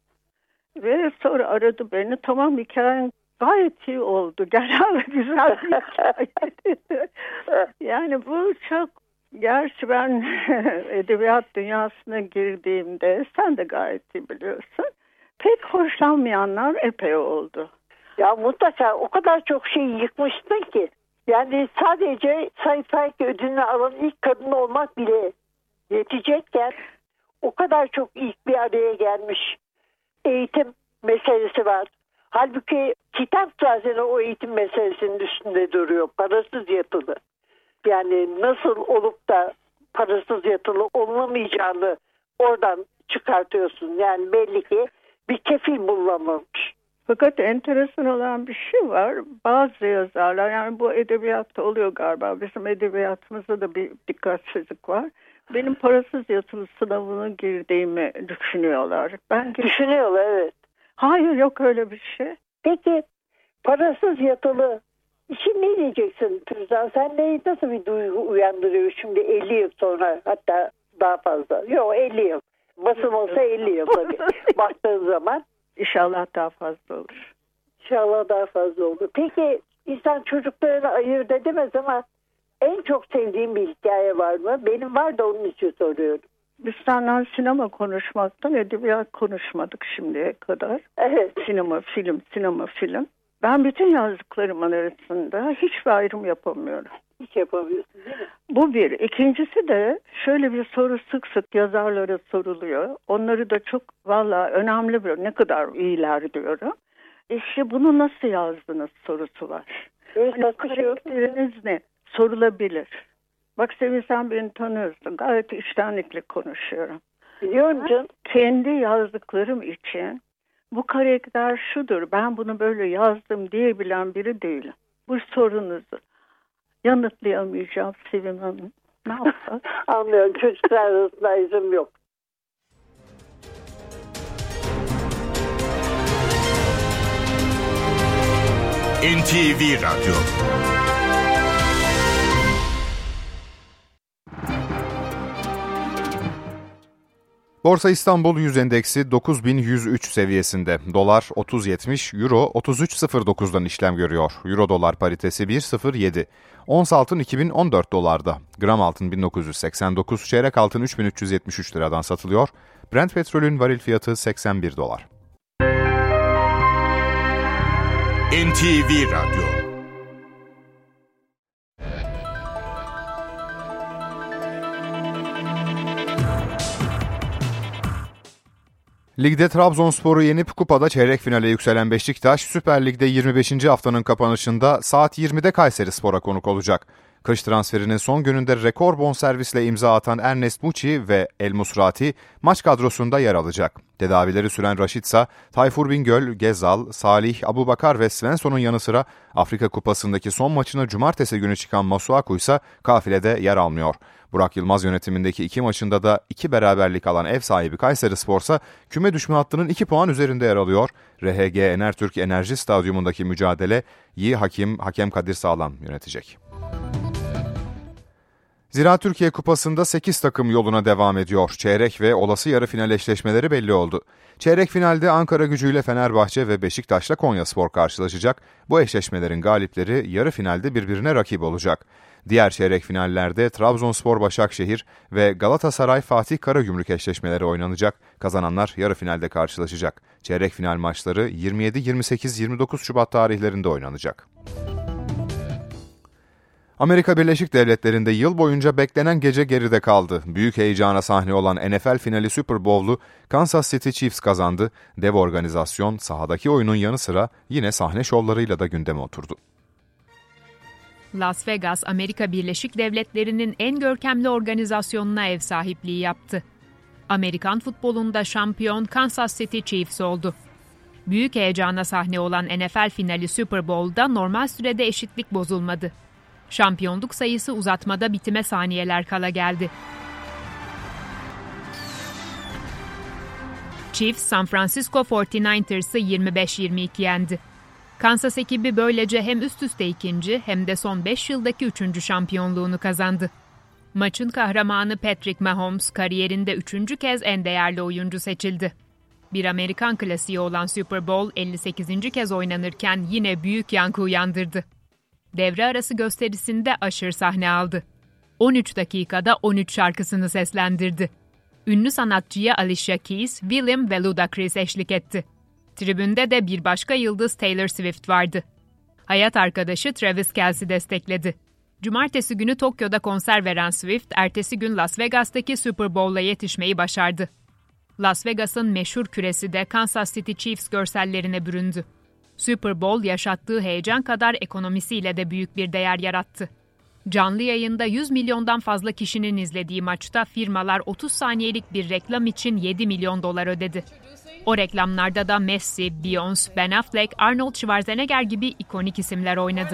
Ve sonra aradı beni. Tamam hikayen gayet iyi oldu. Genel güzel bir hikaye. Yani bu çok. Gerçi ben edebiyat dünyasına girdiğimde sen de gayet iyi biliyorsun. Pek hoşlanmayanlar epey oldu. Ya mutlaka o kadar çok şey yıkmıştın ki. Yani sadece Sayın ödülünü alan ilk kadın olmak bile yetecekken o kadar çok ilk bir araya gelmiş eğitim meselesi var. Halbuki kitap zaten o eğitim meselesinin üstünde duruyor. Parasız Yatılı. Yani nasıl olup da parasız yatılı olunamayacağını oradan çıkartıyorsun. Yani belli ki bir kefil bulunamamış. Fakat enteresan olan bir şey var. Bazı yazarlar yani bu edebiyatta oluyor galiba. Bizim edebiyatımızda da bir dikkatsizlik var. Benim parasız yatılı sınavına girdiğimi düşünüyorlar. Ben Düşünüyorlar evet. Hayır yok öyle bir şey. Peki parasız yatılı için ne diyeceksin Firuzan? Sen ne, nasıl bir duygu uyandırıyor şimdi elli yıl sonra hatta daha fazla? Yok elli yıl. Basım olsa elli yıl tabii. Baktığın zaman. İnşallah daha fazla olur. İnşallah daha fazla olur. Peki insan çocuklarını ayırt edemez ama en çok sevdiğim bir hikaye var mı? Benim var da onun için soruyorum. Biz senden sinema konuşmaktan edebiyat konuşmadık şimdiye kadar. Evet. Sinema, film, sinema, film. Ben bütün yazdıklarımın arasında hiçbir ayrım yapamıyorum. Hiç yapamıyorsun değil mi? Bu bir. İkincisi de şöyle bir soru sık sık yazarlara soruluyor. Onları da çok valla önemli bir, ne kadar iyiler diyorum. İşte bunu nasıl yazdınız sorusu var. Hani karakteriniz ne? Sorulabilir. Bak Sevil, sen beni tanıyorsun. Gayet içtenlikle konuşuyorum. Biliyorum canım. Kendi yazdıklarım için bu karakter şudur, ben bunu böyle yazdım diyebilen biri değilim. Bu sorunuzu yanıtlayamayacağım Sevim Hanım. Ne yapalım? Anlıyorum. Çocuklar arasında izim yok. N T V Radyo. Borsa İstanbul yüz endeksi dokuz bin yüz üç seviyesinde. Dolar otuz yetmiş, Euro otuz üç sıfır dokuzdan işlem görüyor. Euro dolar paritesi bir sıfır yedi. Ons altın iki bin on dört dolarda. Gram altın bin dokuz yüz seksen dokuz, çeyrek altın üç bin üç yüz yetmiş üç liradan satılıyor. Brent petrolün varil fiyatı seksen bir dolar. N T V Radyo. Ligde Trabzonspor'u yenip kupada çeyrek finale yükselen Beşiktaş, Süper Lig'de yirmi beşinci haftanın kapanışında saat yirmide Kayserispor'a konuk olacak. Kış transferinin son gününde rekor bonservisle imza atan Ernest Muçi ve El Musrati maç kadrosunda yer alacak. Tedavileri süren Raşitsa, Tayfur Bingöl, Gezal, Salih, Abubakar ve Svensson'un yanı sıra Afrika Kupası'ndaki son maçına cumartesi günü çıkan Masuaku ise kafilede yer almıyor. Burak Yılmaz yönetimindeki iki maçında da iki beraberlik alan ev sahibi Kayserispor'sa küme düşme hattının iki puan üzerinde yer alıyor. R H G Enertürk Enerji Stadyumundaki mücadeleyi hakim Hakem Kadir Sağlam yönetecek. Ziraat Türkiye Kupası'nda sekiz takım yoluna devam ediyor. Çeyrek ve olası yarı final eşleşmeleri belli oldu. Çeyrek finalde Ankara Gücü'yle Fenerbahçe ve Beşiktaş'la Konyaspor karşılaşacak. Bu eşleşmelerin galipleri yarı finalde birbirine rakip olacak. Diğer çeyrek finallerde Trabzonspor Başakşehir ve Galatasaray Fatih Karagümrük eşleşmeleri oynanacak. Kazananlar yarı finalde karşılaşacak. Çeyrek final maçları yirmi yedi, yirmi sekiz, yirmi dokuz Şubat tarihlerinde oynanacak. Amerika Birleşik Devletleri'nde yıl boyunca beklenen gece geride kaldı. Büyük heyecana sahne olan N F L finali Super Bowl'u Kansas City Chiefs kazandı. Dev organizasyon sahadaki oyunun yanı sıra yine sahne şovlarıyla da gündeme oturdu. Las Vegas, Amerika Birleşik Devletleri'nin en görkemli organizasyonuna ev sahipliği yaptı. Amerikan futbolunda şampiyon Kansas City Chiefs oldu. Büyük heyecana sahne olan N F L finali Super Bowl'da normal sürede eşitlik bozulmadı. Şampiyonluk sayısı uzatmada bitime saniyeler kala geldi. Chiefs, San Francisco kırk dokuz ers'ı yirmi beş yirmi iki yendi. Kansas ekibi böylece hem üst üste ikinci hem de son beş yıldaki üçüncü şampiyonluğunu kazandı. Maçın kahramanı Patrick Mahomes kariyerinde üçüncü kez en değerli oyuncu seçildi. Bir Amerikan klasiği olan Super Bowl elli sekizinci kez oynanırken yine büyük yankı uyandırdı. Devre arası gösterisinde Usher sahne aldı. on üç dakikada on üç şarkısını seslendirdi. Ünlü sanatçıya Alicia Keys, William ve Ludacris eşlik etti. Tribünde de bir başka yıldız Taylor Swift vardı. Hayat arkadaşı Travis Kelce destekledi. Cumartesi günü Tokyo'da konser veren Swift, ertesi gün Las Vegas'taki Super Bowl'a yetişmeyi başardı. Las Vegas'ın meşhur küresi de Kansas City Chiefs görsellerine büründü. Super Bowl yaşattığı heyecan kadar ekonomisiyle de büyük bir değer yarattı. Canlı yayında yüz milyondan fazla kişinin izlediği maçta firmalar otuz saniyelik bir reklam için yedi milyon dolar ödedi. O reklamlarda da Messi, Beyoncé, Ben Affleck, Arnold Schwarzenegger gibi ikonik isimler oynadı.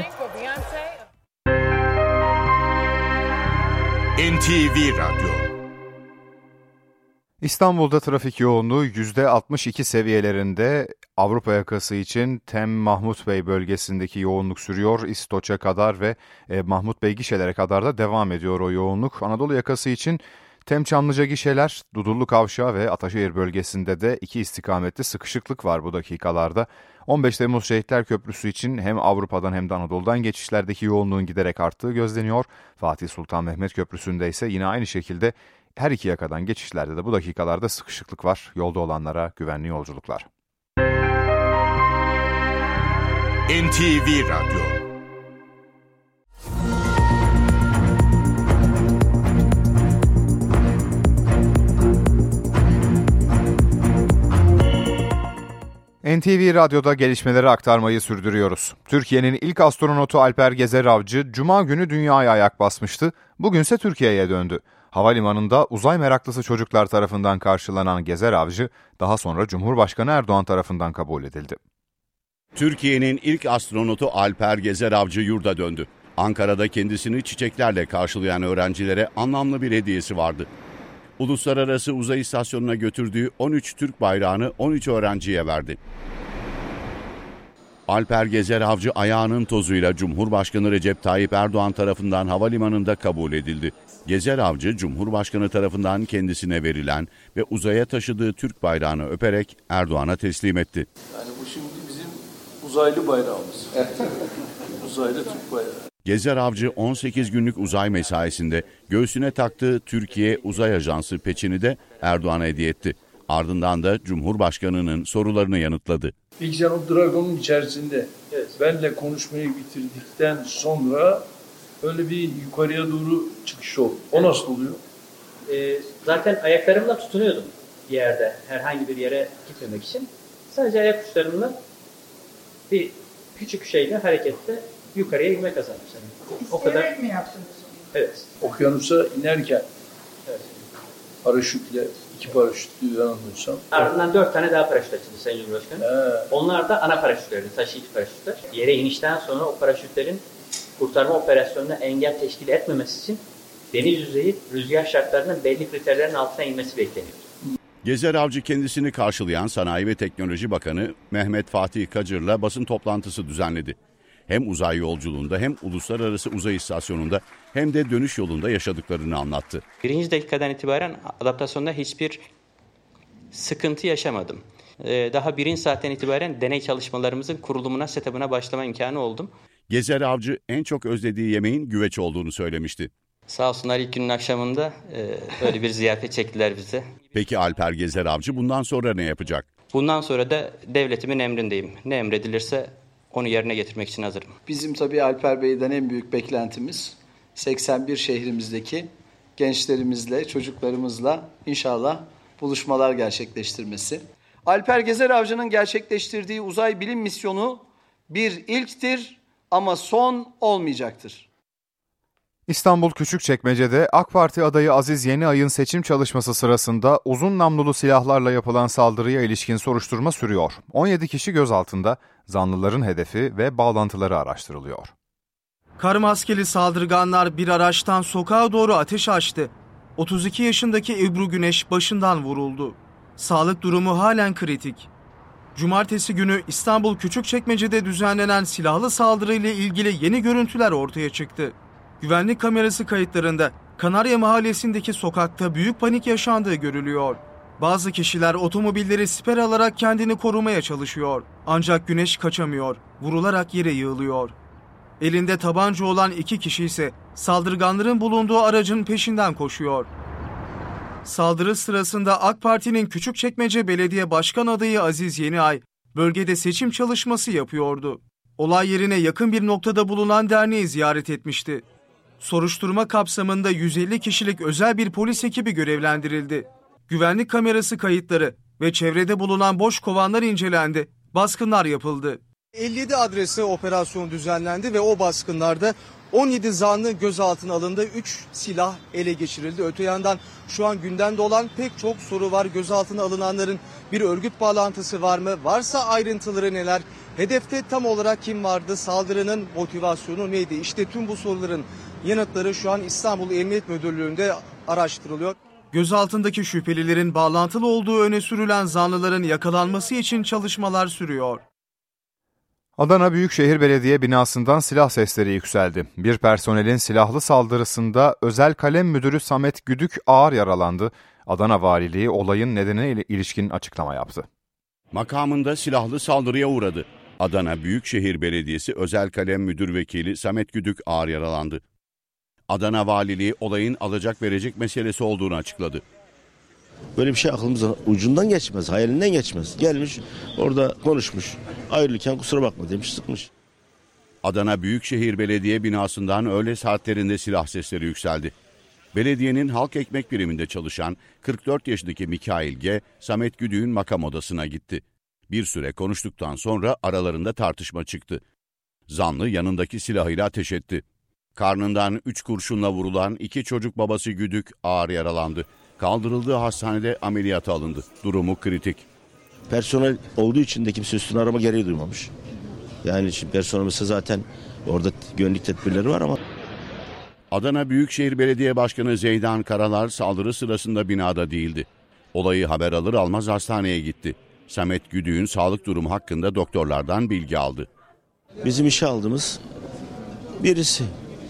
N T V Radyo. İstanbul'da trafik yoğunluğu yüzde altmış iki seviyelerinde. Avrupa yakası için Tem Mahmut Bey bölgesindeki yoğunluk sürüyor. İstoç'a kadar ve e, Mahmut Bey gişelere kadar da devam ediyor o yoğunluk. Anadolu yakası için Tem Çamlıca gişeler, Dudullu Kavşağı ve Ataşehir bölgesinde de iki istikamette sıkışıklık var bu dakikalarda. on beş Temmuz Şehitler Köprüsü için hem Avrupa'dan hem de Anadolu'dan geçişlerdeki yoğunluğun giderek arttığı gözleniyor. Fatih Sultan Mehmet Köprüsü'nde ise yine aynı şekilde her iki yakadan geçişlerde de bu dakikalarda sıkışıklık var. Yolda olanlara güvenli yolculuklar. N T V Radyo. N T V Radyo'da gelişmeleri aktarmayı sürdürüyoruz. Türkiye'nin ilk astronotu Alper Gezer Avcı, Cuma günü dünyaya ayak basmıştı. Bugünse Türkiye'ye döndü. Havalimanında uzay meraklısı çocuklar tarafından karşılanan Gezer Avcı, daha sonra Cumhurbaşkanı Erdoğan tarafından kabul edildi. Türkiye'nin ilk astronotu Alper Gezer Avcı yurda döndü. Ankara'da kendisini çiçeklerle karşılayan öğrencilere anlamlı bir hediyesi vardı. Uluslararası Uzay İstasyonu'na götürdüğü on üç Türk bayrağını on üç öğrenciye verdi. Alper Gezer Avcı ayağının tozuyla Cumhurbaşkanı Recep Tayyip Erdoğan tarafından havalimanında kabul edildi. Gezer Avcı, Cumhurbaşkanı tarafından kendisine verilen ve uzaya taşıdığı Türk bayrağını öperek Erdoğan'a teslim etti. Yani bu şimdi bizim uzaylı bayrağımız. Uzaylı Türk bayrağı. Gezer Avcı on sekiz günlük uzay mesaisinde göğsüne taktığı Türkiye Uzay Ajansı peçini de Erdoğan'a hediye etti. Ardından da Cumhurbaşkanı'nın sorularını yanıtladı. İlk sen o Dragon'un içerisinde evet. benle konuşmayı bitirdikten sonra öyle bir yukarıya doğru çıkış oldu. O nasıl oluyor? Ee, zaten ayaklarımla tutunuyordum bir yerde, herhangi bir yere gitmemek için. Sadece ayak uçlarımla bir küçük şeyle, hareketle yukarıya inme kazandım. O kadar mi yaptınız? Evet. Okyanusa inerken evet. paraşütle, iki paraşütlü yanılmıyorsam. Ardından dört tane daha paraşüt açıldı Sayın Cumhurbaşkanı. He. Onlar da ana paraşütlerdi, taşıyıcı paraşütler. Yere inişten sonra o paraşütlerin kurtarma operasyonuna engel teşkil etmemesi için deniz yüzeyi rüzgar şartlarının belli kriterlerin altına inmesi bekleniyor. Gezer Avcı kendisini karşılayan Sanayi ve Teknoloji Bakanı Mehmet Fatih Kacır'la basın toplantısı düzenledi. Hem uzay yolculuğunda hem uluslararası uzay istasyonunda hem de dönüş yolunda yaşadıklarını anlattı. Birinci dakikadan itibaren adaptasyonda hiçbir sıkıntı yaşamadım. Daha birinci saatten itibaren deney çalışmalarımızın kurulumuna, setup'ına başlama imkanı oldum. Gezer Avcı en çok özlediği yemeğin güveç olduğunu söylemişti. Sağ olsunlar ilk günün akşamında e, böyle bir ziyafet çektiler bize. Peki Alper Gezer Avcı bundan sonra ne yapacak? Bundan sonra da devletimin emrindeyim. Ne emredilirse onu yerine getirmek için hazırım. Bizim tabii Alper Bey'den en büyük beklentimiz seksen bir şehrimizdeki gençlerimizle, çocuklarımızla inşallah buluşmalar gerçekleştirmesi. Alper Gezer Avcı'nın gerçekleştirdiği uzay bilim misyonu bir ilktir ama son olmayacaktır. İstanbul Küçükçekmece'de AK Parti adayı Aziz Yeniay'ın seçim çalışması sırasında uzun namlulu silahlarla yapılan saldırıya ilişkin soruşturma sürüyor. on yedi kişi gözaltında, zanlıların hedefi ve bağlantıları araştırılıyor. Kar maskeli saldırganlar bir araçtan sokağa doğru ateş açtı. otuz iki yaşındaki Ebru Güneş başından vuruldu. Sağlık durumu halen kritik. Cumartesi günü İstanbul Küçükçekmece'de düzenlenen silahlı saldırıyla ilgili yeni görüntüler ortaya çıktı. Güvenlik kamerası kayıtlarında Kanarya Mahallesi'ndeki sokakta büyük panik yaşandığı görülüyor. Bazı kişiler otomobilleri siper alarak kendini korumaya çalışıyor. Ancak Güneş kaçamıyor, vurularak yere yığılıyor. Elinde tabanca olan iki kişi ise saldırganların bulunduğu aracın peşinden koşuyor. Saldırı sırasında AK Parti'nin Küçükçekmece Belediye Başkan adayı Aziz Yeniay bölgede seçim çalışması yapıyordu. Olay yerine yakın bir noktada bulunan derneği ziyaret etmişti. Soruşturma kapsamında yüz elli kişilik özel bir polis ekibi görevlendirildi. Güvenlik kamerası kayıtları ve çevrede bulunan boş kovanlar incelendi. Baskınlar yapıldı. elli yedi adrese operasyon düzenlendi ve o baskınlarda on yedi zanlı gözaltına alındı. üç silah ele geçirildi. Öte yandan şu an gündemde olan pek çok soru var. Gözaltına alınanların bir örgüt bağlantısı var mı? Varsa ayrıntıları neler? Hedefte tam olarak kim vardı? Saldırının motivasyonu neydi? İşte tüm bu soruların yanıtları şu an İstanbul Emniyet Müdürlüğü'nde araştırılıyor. Gözaltındaki şüphelilerin bağlantılı olduğu öne sürülen zanlıların yakalanması için çalışmalar sürüyor. Adana Büyükşehir Belediye binasından silah sesleri yükseldi. Bir personelin silahlı saldırısında Özel Kalem Müdürü Samet Güdük ağır yaralandı. Adana Valiliği olayın nedenine ilişkin açıklama yaptı. Makamında silahlı saldırıya uğradı. Adana Büyükşehir Belediyesi Özel Kalem Müdür Vekili Samet Güdük ağır yaralandı. Adana Valiliği olayın alacak verecek meselesi olduğunu açıkladı. Böyle bir şey aklımızın ucundan geçmez, hayalinden geçmez. Gelmiş orada konuşmuş, ayrılırken kusura bakma demiş, sıkmış. Adana Büyükşehir Belediye binasından öğle saatlerinde silah sesleri yükseldi. Belediyenin halk ekmek biriminde çalışan kırk dört yaşındaki Mikail G, Samet Güdük'ün makam odasına gitti. Bir süre konuştuktan sonra aralarında tartışma çıktı. Zanlı yanındaki silahıyla ateş etti. Karnından üç kurşunla vurulan iki çocuk babası Güdük ağır yaralandı. Kaldırıldığı hastanede ameliyata alındı. Durumu kritik. Personel olduğu için de kimse üstüne arama gereği duymamış. Yani şimdi personelimiz zaten orada güvenlik tedbirleri var ama. Adana Büyükşehir Belediye Başkanı Zeydan Karalar saldırı sırasında binada değildi. Olayı haber alır almaz hastaneye gitti. Samet Güdük'ün sağlık durumu hakkında doktorlardan bilgi aldı. Bizim işe aldığımız birisi.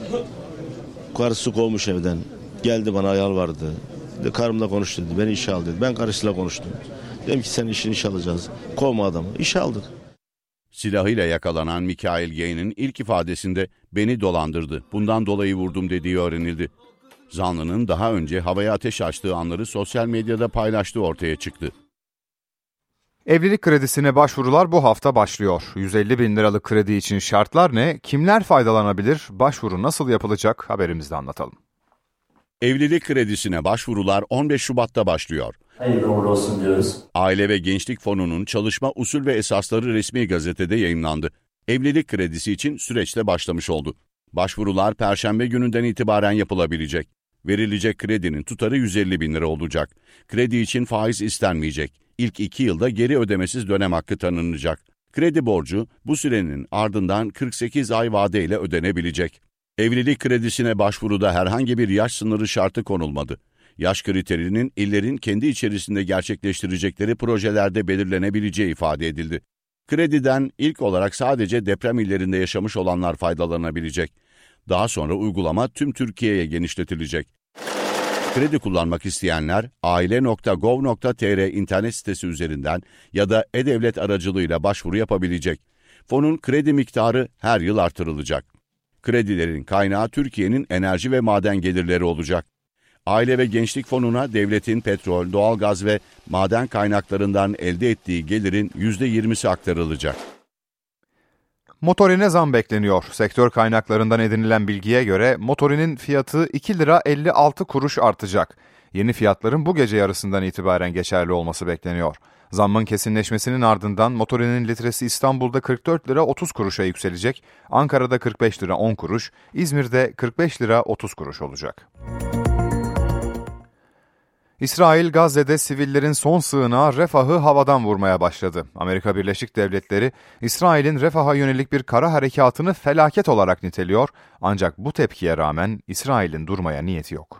Karısı kovmuş evden. Geldi bana yalvardı. De karımla konuştu dedi. Beni işe al dedi. Ben karısıyla konuştum. Dedim ki sen işini işe alacağız. Kovma adamı. İşe aldık. Silahıyla yakalanan Mikail G'nin ilk ifadesinde beni dolandırdı. Bundan dolayı vurdum dediği öğrenildi. Zanlının daha önce havaya ateş açtığı anları sosyal medyada paylaştığı ortaya çıktı. Evlilik kredisine başvurular bu hafta başlıyor. yüz elli bin liralık kredi için şartlar ne? Kimler faydalanabilir? Başvuru nasıl yapılacak? Haberimizde anlatalım. Evlilik kredisine başvurular on beş Şubat'ta başlıyor. Hayırlı uğurlu olsun diyoruz. Aile ve Gençlik Fonu'nun çalışma usul ve esasları resmi gazetede yayımlandı. Evlilik kredisi için süreçte başlamış oldu. Başvurular Perşembe gününden itibaren yapılabilecek. Verilecek kredinin tutarı yüz elli bin lira olacak. Kredi için faiz istenmeyecek. İlk iki yılda geri ödemesiz dönem hakkı tanınacak. Kredi borcu bu sürenin ardından kırk sekiz ay vadeyle ödenebilecek. Evlilik kredisine başvuruda herhangi bir yaş sınırı şartı konulmadı. Yaş kriterinin illerin kendi içerisinde gerçekleştirecekleri projelerde belirlenebileceği ifade edildi. Krediden ilk olarak sadece deprem illerinde yaşamış olanlar faydalanabilecek. Daha sonra uygulama tüm Türkiye'ye genişletilecek. Kredi kullanmak isteyenler aile nokta gov nokta tr internet sitesi üzerinden ya da e-devlet aracılığıyla başvuru yapabilecek. Fonun kredi miktarı her yıl artırılacak. Kredilerin kaynağı Türkiye'nin enerji ve maden gelirleri olacak. Aile ve Gençlik Fonu'na devletin petrol, doğalgaz ve maden kaynaklarından elde ettiği gelirin yüzde yirmisi aktarılacak. Motorine zam bekleniyor. Sektör kaynaklarından edinilen bilgiye göre motorinin fiyatı iki lira elli altı kuruş artacak. Yeni fiyatların bu gece yarısından itibaren geçerli olması bekleniyor. Zammın kesinleşmesinin ardından motorinin litresi İstanbul'da kırk dört lira otuz kuruşa yükselecek, Ankara'da kırk beş lira on kuruş, İzmir'de kırk beş lira otuz kuruş olacak. İsrail, Gazze'de sivillerin son sığınağı Refah'ı havadan vurmaya başladı. Amerika Birleşik Devletleri, İsrail'in Refah'a yönelik bir kara harekatını felaket olarak niteliyor, ancak bu tepkiye rağmen İsrail'in durmaya niyeti yok.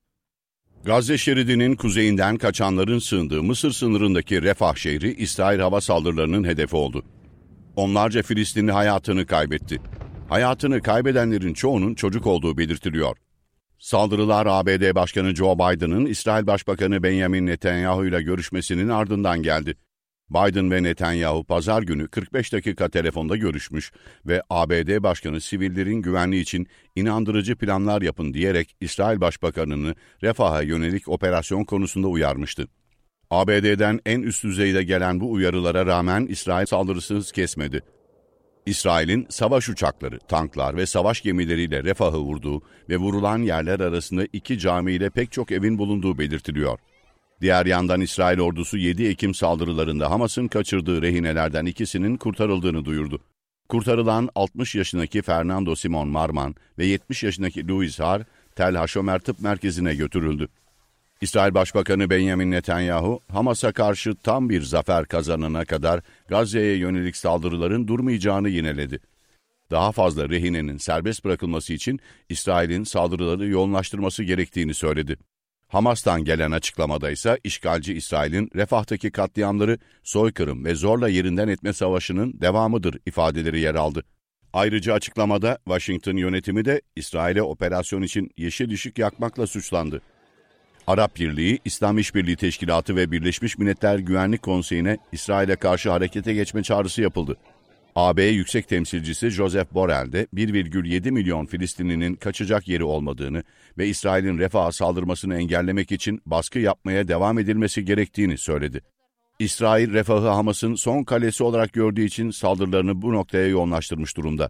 Gazze şeridinin kuzeyinden kaçanların sığındığı Mısır sınırındaki Refah şehri İsrail hava saldırılarının hedefi oldu. Onlarca Filistinli hayatını kaybetti. Hayatını kaybedenlerin çoğunun çocuk olduğu belirtiliyor. Saldırılar A B D Başkanı Joe Biden'ın İsrail Başbakanı Benjamin Netanyahu ile görüşmesinin ardından geldi. Biden ve Netanyahu pazar günü kırk beş dakika telefonda görüşmüş ve A B D Başkanı sivillerin güvenliği için inandırıcı planlar yapın diyerek İsrail Başbakanı'nı Refah'a yönelik operasyon konusunda uyarmıştı. A B D'den en üst düzeyde gelen bu uyarılara rağmen İsrail saldırısı hız kesmedi. İsrail'in savaş uçakları, tanklar ve savaş gemileriyle Refah'ı vurduğu ve vurulan yerler arasında iki cami ile pek çok evin bulunduğu belirtiliyor. Diğer yandan İsrail ordusu yedi Ekim saldırılarında Hamas'ın kaçırdığı rehinelerden ikisinin kurtarıldığını duyurdu. Kurtarılan altmış yaşındaki Fernando Simon Marman ve yetmiş yaşındaki Louis Har, Tel Hashomer Tıp Merkezi'ne götürüldü. İsrail Başbakanı Benjamin Netanyahu, Hamas'a karşı tam bir zafer kazanana kadar Gazze'ye yönelik saldırıların durmayacağını yineledi. Daha fazla rehinenin serbest bırakılması için İsrail'in saldırıları yoğunlaştırması gerektiğini söyledi. Hamas'tan gelen açıklamada ise işgalci İsrail'in Refah'taki katliamları soykırım ve zorla yerinden etme savaşının devamıdır ifadeleri yer aldı. Ayrıca açıklamada Washington yönetimi de İsrail'e operasyon için yeşil ışık yakmakla suçlandı. Arap Birliği, İslam İşbirliği Teşkilatı ve Birleşmiş Milletler Güvenlik Konseyi'ne İsrail'e karşı harekete geçme çağrısı yapıldı. A B Yüksek Temsilcisi Joseph Borrell de bir virgül yedi milyon Filistinlinin kaçacak yeri olmadığını ve İsrail'in Refah'a saldırmasını engellemek için baskı yapmaya devam edilmesi gerektiğini söyledi. İsrail, Refah'ı Hamas'ın son kalesi olarak gördüğü için saldırılarını bu noktaya yoğunlaştırmış durumda.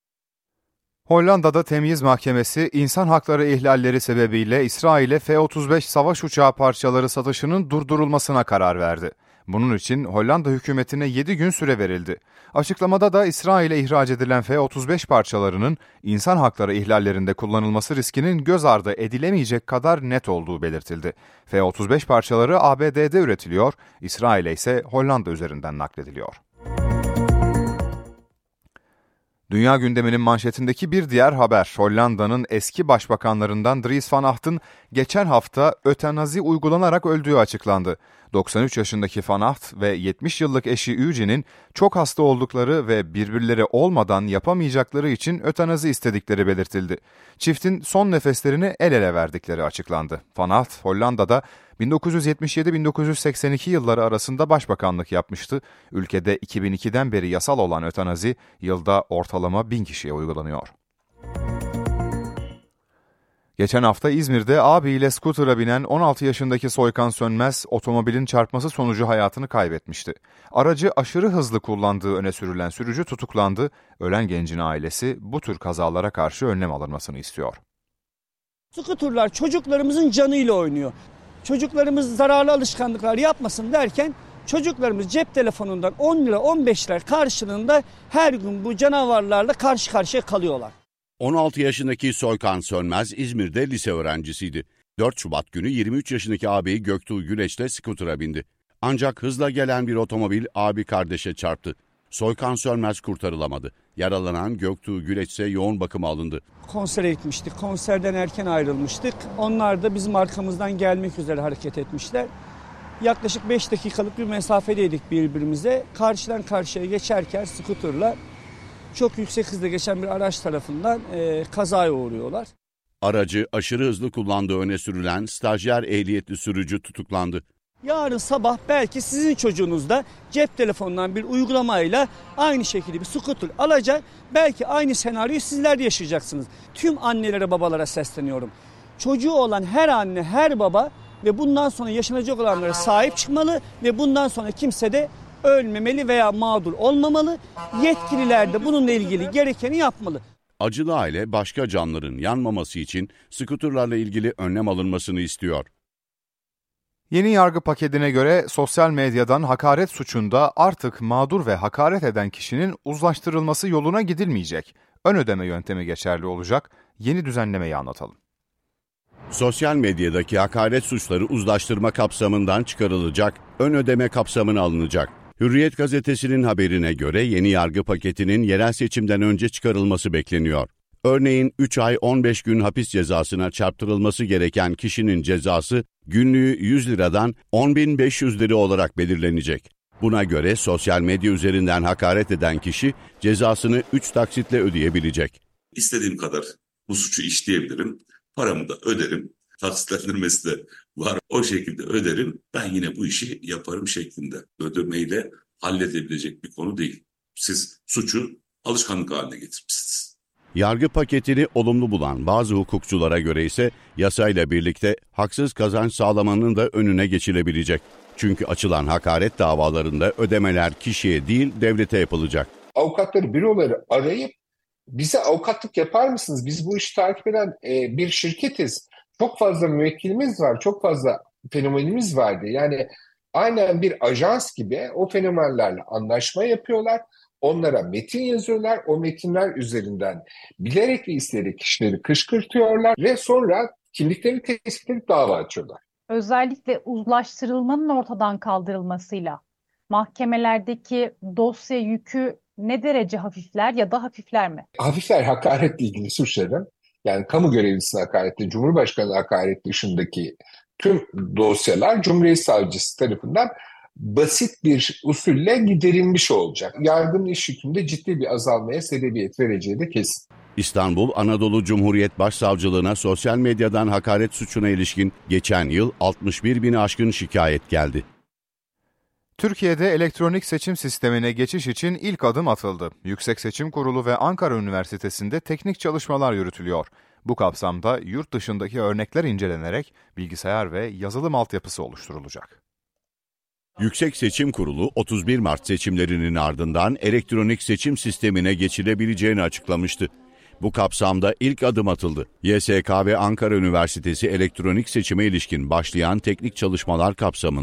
Hollanda'da Temyiz Mahkemesi, insan hakları ihlalleri sebebiyle İsrail'e F otuz beş savaş uçağı parçaları satışının durdurulmasına karar verdi. Bunun için Hollanda hükümetine yedi gün süre verildi. Açıklamada da İsrail'e ihraç edilen F otuz beş parçalarının insan hakları ihlallerinde kullanılması riskinin göz ardı edilemeyecek kadar net olduğu belirtildi. F otuz beş parçaları A B D'de üretiliyor, İsrail'e ise Hollanda üzerinden naklediliyor. Dünya gündeminin manşetindeki bir diğer haber, Hollanda'nın eski başbakanlarından Dries Van Agt'ın geçen hafta ötenazi uygulanarak öldüğü açıklandı. doksan üç yaşındaki Van Agt ve yetmiş yıllık eşi Eugene'in çok hasta oldukları ve birbirleri olmadan yapamayacakları için ötenazi istedikleri belirtildi. Çiftin son nefeslerini el ele verdikleri açıklandı. Van Agt, Hollanda'da bin dokuz yüz yetmiş yedi bin dokuz yüz seksen iki yılları arasında başbakanlık yapmıştı. Ülkede iki bin ikiden beri yasal olan ötenazi yılda ortalama bin kişiye uygulanıyor. Geçen hafta İzmir'de abiyle skutura binen on altı yaşındaki Soykan Sönmez, otomobilin çarpması sonucu hayatını kaybetmişti. Aracı aşırı hızlı kullandığı öne sürülen sürücü tutuklandı. Ölen gencin ailesi bu tür kazalara karşı önlem alınmasını istiyor. Skuturlar çocuklarımızın canıyla oynuyor. Çocuklarımız zararlı alışkanlıklar yapmasın derken çocuklarımız cep telefonundan on lira on beş lira karşılığında her gün bu canavarlarla karşı karşıya kalıyorlar. on altı yaşındaki Soykan Sönmez İzmir'de lise öğrencisiydi. dört Şubat günü yirmi üç yaşındaki ağabeyi Göktuğ Güleç'le skutura bindi. Ancak hızla gelen bir otomobil abi kardeşe çarptı. Soykan Sönmez kurtarılamadı. Yaralanan Göktuğ Güleç ise yoğun bakıma alındı. Konsere gitmiştik. Konserden erken ayrılmıştık. Onlar da bizim arkamızdan gelmek üzere hareket etmişler. Yaklaşık beş dakikalık bir mesafedeydik birbirimize. Karşıdan karşıya geçerken skuturla çok yüksek hızla geçen bir araç tarafından e, kazaya uğruyorlar. Aracı aşırı hızlı kullandığı öne sürülen stajyer ehliyetli sürücü tutuklandı. Yarın sabah belki sizin çocuğunuz da cep telefonundan bir uygulamayla aynı şekilde bir skuter alacak. Belki aynı senaryoyu sizler de yaşayacaksınız. Tüm annelere, babalara sesleniyorum. Çocuğu olan her anne, her baba ve bundan sonra yaşanacak olanlara sahip çıkmalı ve bundan sonra kimse de ölmemeli veya mağdur olmamalı. Yetkililer de bununla ilgili gerekeni yapmalı. Acılı aile başka canların yanmaması için skuterlarla ilgili önlem alınmasını istiyor. Yeni yargı paketine göre sosyal medyadan hakaret suçunda artık mağdur ve hakaret eden kişinin uzlaştırılması yoluna gidilmeyecek. Ön ödeme yöntemi geçerli olacak. Yeni düzenlemeyi anlatalım. Sosyal medyadaki hakaret suçları uzlaştırma kapsamından çıkarılacak, ön ödeme kapsamına alınacak. Hürriyet gazetesinin haberine göre yeni yargı paketinin yerel seçimden önce çıkarılması bekleniyor. Örneğin üç ay on beş gün hapis cezasına çarptırılması gereken kişinin cezası günlüğü yüz liradan on bin beş yüz lira olarak belirlenecek. Buna göre sosyal medya üzerinden hakaret eden kişi cezasını üç taksitle ödeyebilecek. İstediğim kadar bu suçu işleyebilirim, paramı da öderim, taksitlendirmesi de var, o şekilde öderim, ben yine bu işi yaparım şeklinde ödemeyle halledebilecek bir konu değil. Siz suçu alışkanlık haline getirmişsiniz. Yargı paketini olumlu bulan bazı hukukçulara göre ise yasayla birlikte haksız kazanç sağlamanın da önüne geçilebilecek. Çünkü açılan hakaret davalarında ödemeler kişiye değil devlete yapılacak. Avukatları, büroları arayıp bize avukatlık yapar mısınız? Biz bu işi takip eden e, bir şirketiz. Çok fazla müvekkilimiz var, çok fazla fenomenimiz vardı. Yani aynen bir ajans gibi o fenomenlerle anlaşma yapıyorlar. Onlara metin yazıyorlar. O metinler üzerinden bilerek ve isteyerek kişileri kışkırtıyorlar ve sonra kimliklerini tespit edip dava açıyorlar. Özellikle uzlaştırılmanın ortadan kaldırılmasıyla mahkemelerdeki dosya yükü ne derece hafifler ya da hafifler mi? Hafifler hakaretle ilgili suçların, yani kamu görevlisine hakaretle, Cumhurbaşkanı hakaret dışındaki tüm dosyalar Cumhuriyet Savcısı tarafından basit bir usulle giderilmiş olacak. Yargının iş yükünde ciddi bir azalmaya sebebiyet vereceği de kesin. İstanbul Anadolu Cumhuriyet Başsavcılığına sosyal medyadan hakaret suçuna ilişkin geçen yıl altmış bir bini aşkın şikayet geldi. Türkiye'de elektronik seçim sistemine geçiş için ilk adım atıldı. Yüksek Seçim Kurulu ve Ankara Üniversitesi'nde teknik çalışmalar yürütülüyor. Bu kapsamda yurt dışındaki örnekler incelenerek bilgisayar ve yazılım altyapısı oluşturulacak. Yüksek Seçim Kurulu otuz bir Mart seçimlerinin ardından elektronik seçim sistemine geçilebileceğini açıklamıştı. Bu kapsamda ilk adım atıldı. Y S K ve Ankara Üniversitesi elektronik seçime ilişkin başlayan teknik çalışmalar kapsamında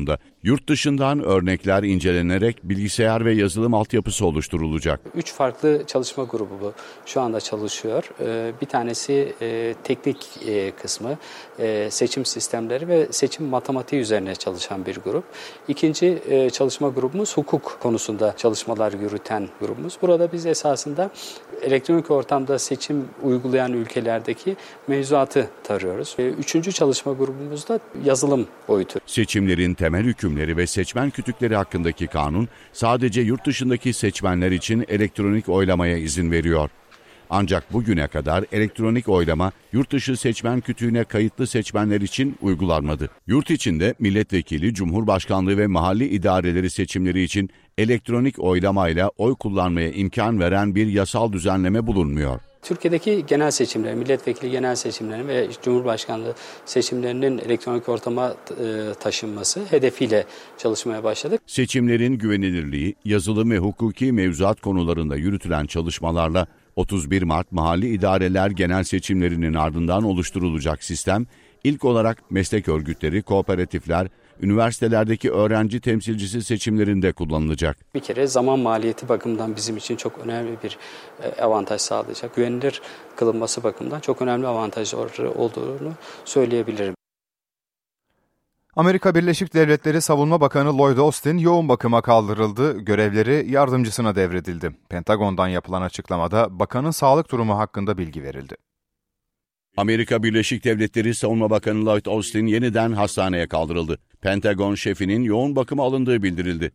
Yurt dışından örnekler incelenerek bilgisayar ve yazılım altyapısı oluşturulacak. Üç farklı çalışma grubu şu anda çalışıyor. Bir tanesi teknik kısmı, seçim sistemleri ve seçim matematiği üzerine çalışan bir grup. İkinci çalışma grubumuz hukuk konusunda çalışmalar yürüten grubumuz. Burada biz esasında elektronik ortamda seçim uygulayan ülkelerdeki mevzuatı tarıyoruz. Üçüncü çalışma grubumuz da yazılım boyutu. Seçimlerin temel hükümleri ve seçmen kütükleri hakkındaki kanun sadece yurt dışındaki seçmenler için elektronik oylamaya izin veriyor. Ancak bugüne kadar elektronik oylama yurt dışı seçmen kütüğüne kayıtlı seçmenler için uygulanmadı. Yurt içinde milletvekili, cumhurbaşkanlığı ve mahalli idareleri seçimleri için elektronik oylamayla oy kullanmaya imkan veren bir yasal düzenleme bulunmuyor. Türkiye'deki genel seçimler, milletvekili genel seçimlerinin ve cumhurbaşkanlığı seçimlerinin elektronik ortama taşınması hedefiyle çalışmaya başladık. Seçimlerin güvenilirliği, yazılım ve hukuki mevzuat konularında yürütülen çalışmalarla otuz bir Mart mahalli idareler genel seçimlerinin ardından oluşturulacak sistem, ilk olarak meslek örgütleri, kooperatifler, üniversitelerdeki öğrenci temsilcisi seçimlerinde kullanılacak. Bir kere zaman maliyeti bakımından bizim için çok önemli bir avantaj sağlayacak. Güvenilir kılınması bakımından çok önemli avantajları olduğunu söyleyebilirim. Amerika Birleşik Devletleri Savunma Bakanı Lloyd Austin yoğun bakıma kaldırıldı, görevleri yardımcısına devredildi. Pentagon'dan yapılan açıklamada bakanın sağlık durumu hakkında bilgi verildi. Amerika Birleşik Devletleri Savunma Bakanı Lloyd Austin yeniden hastaneye kaldırıldı. Pentagon şefinin yoğun bakıma alındığı bildirildi.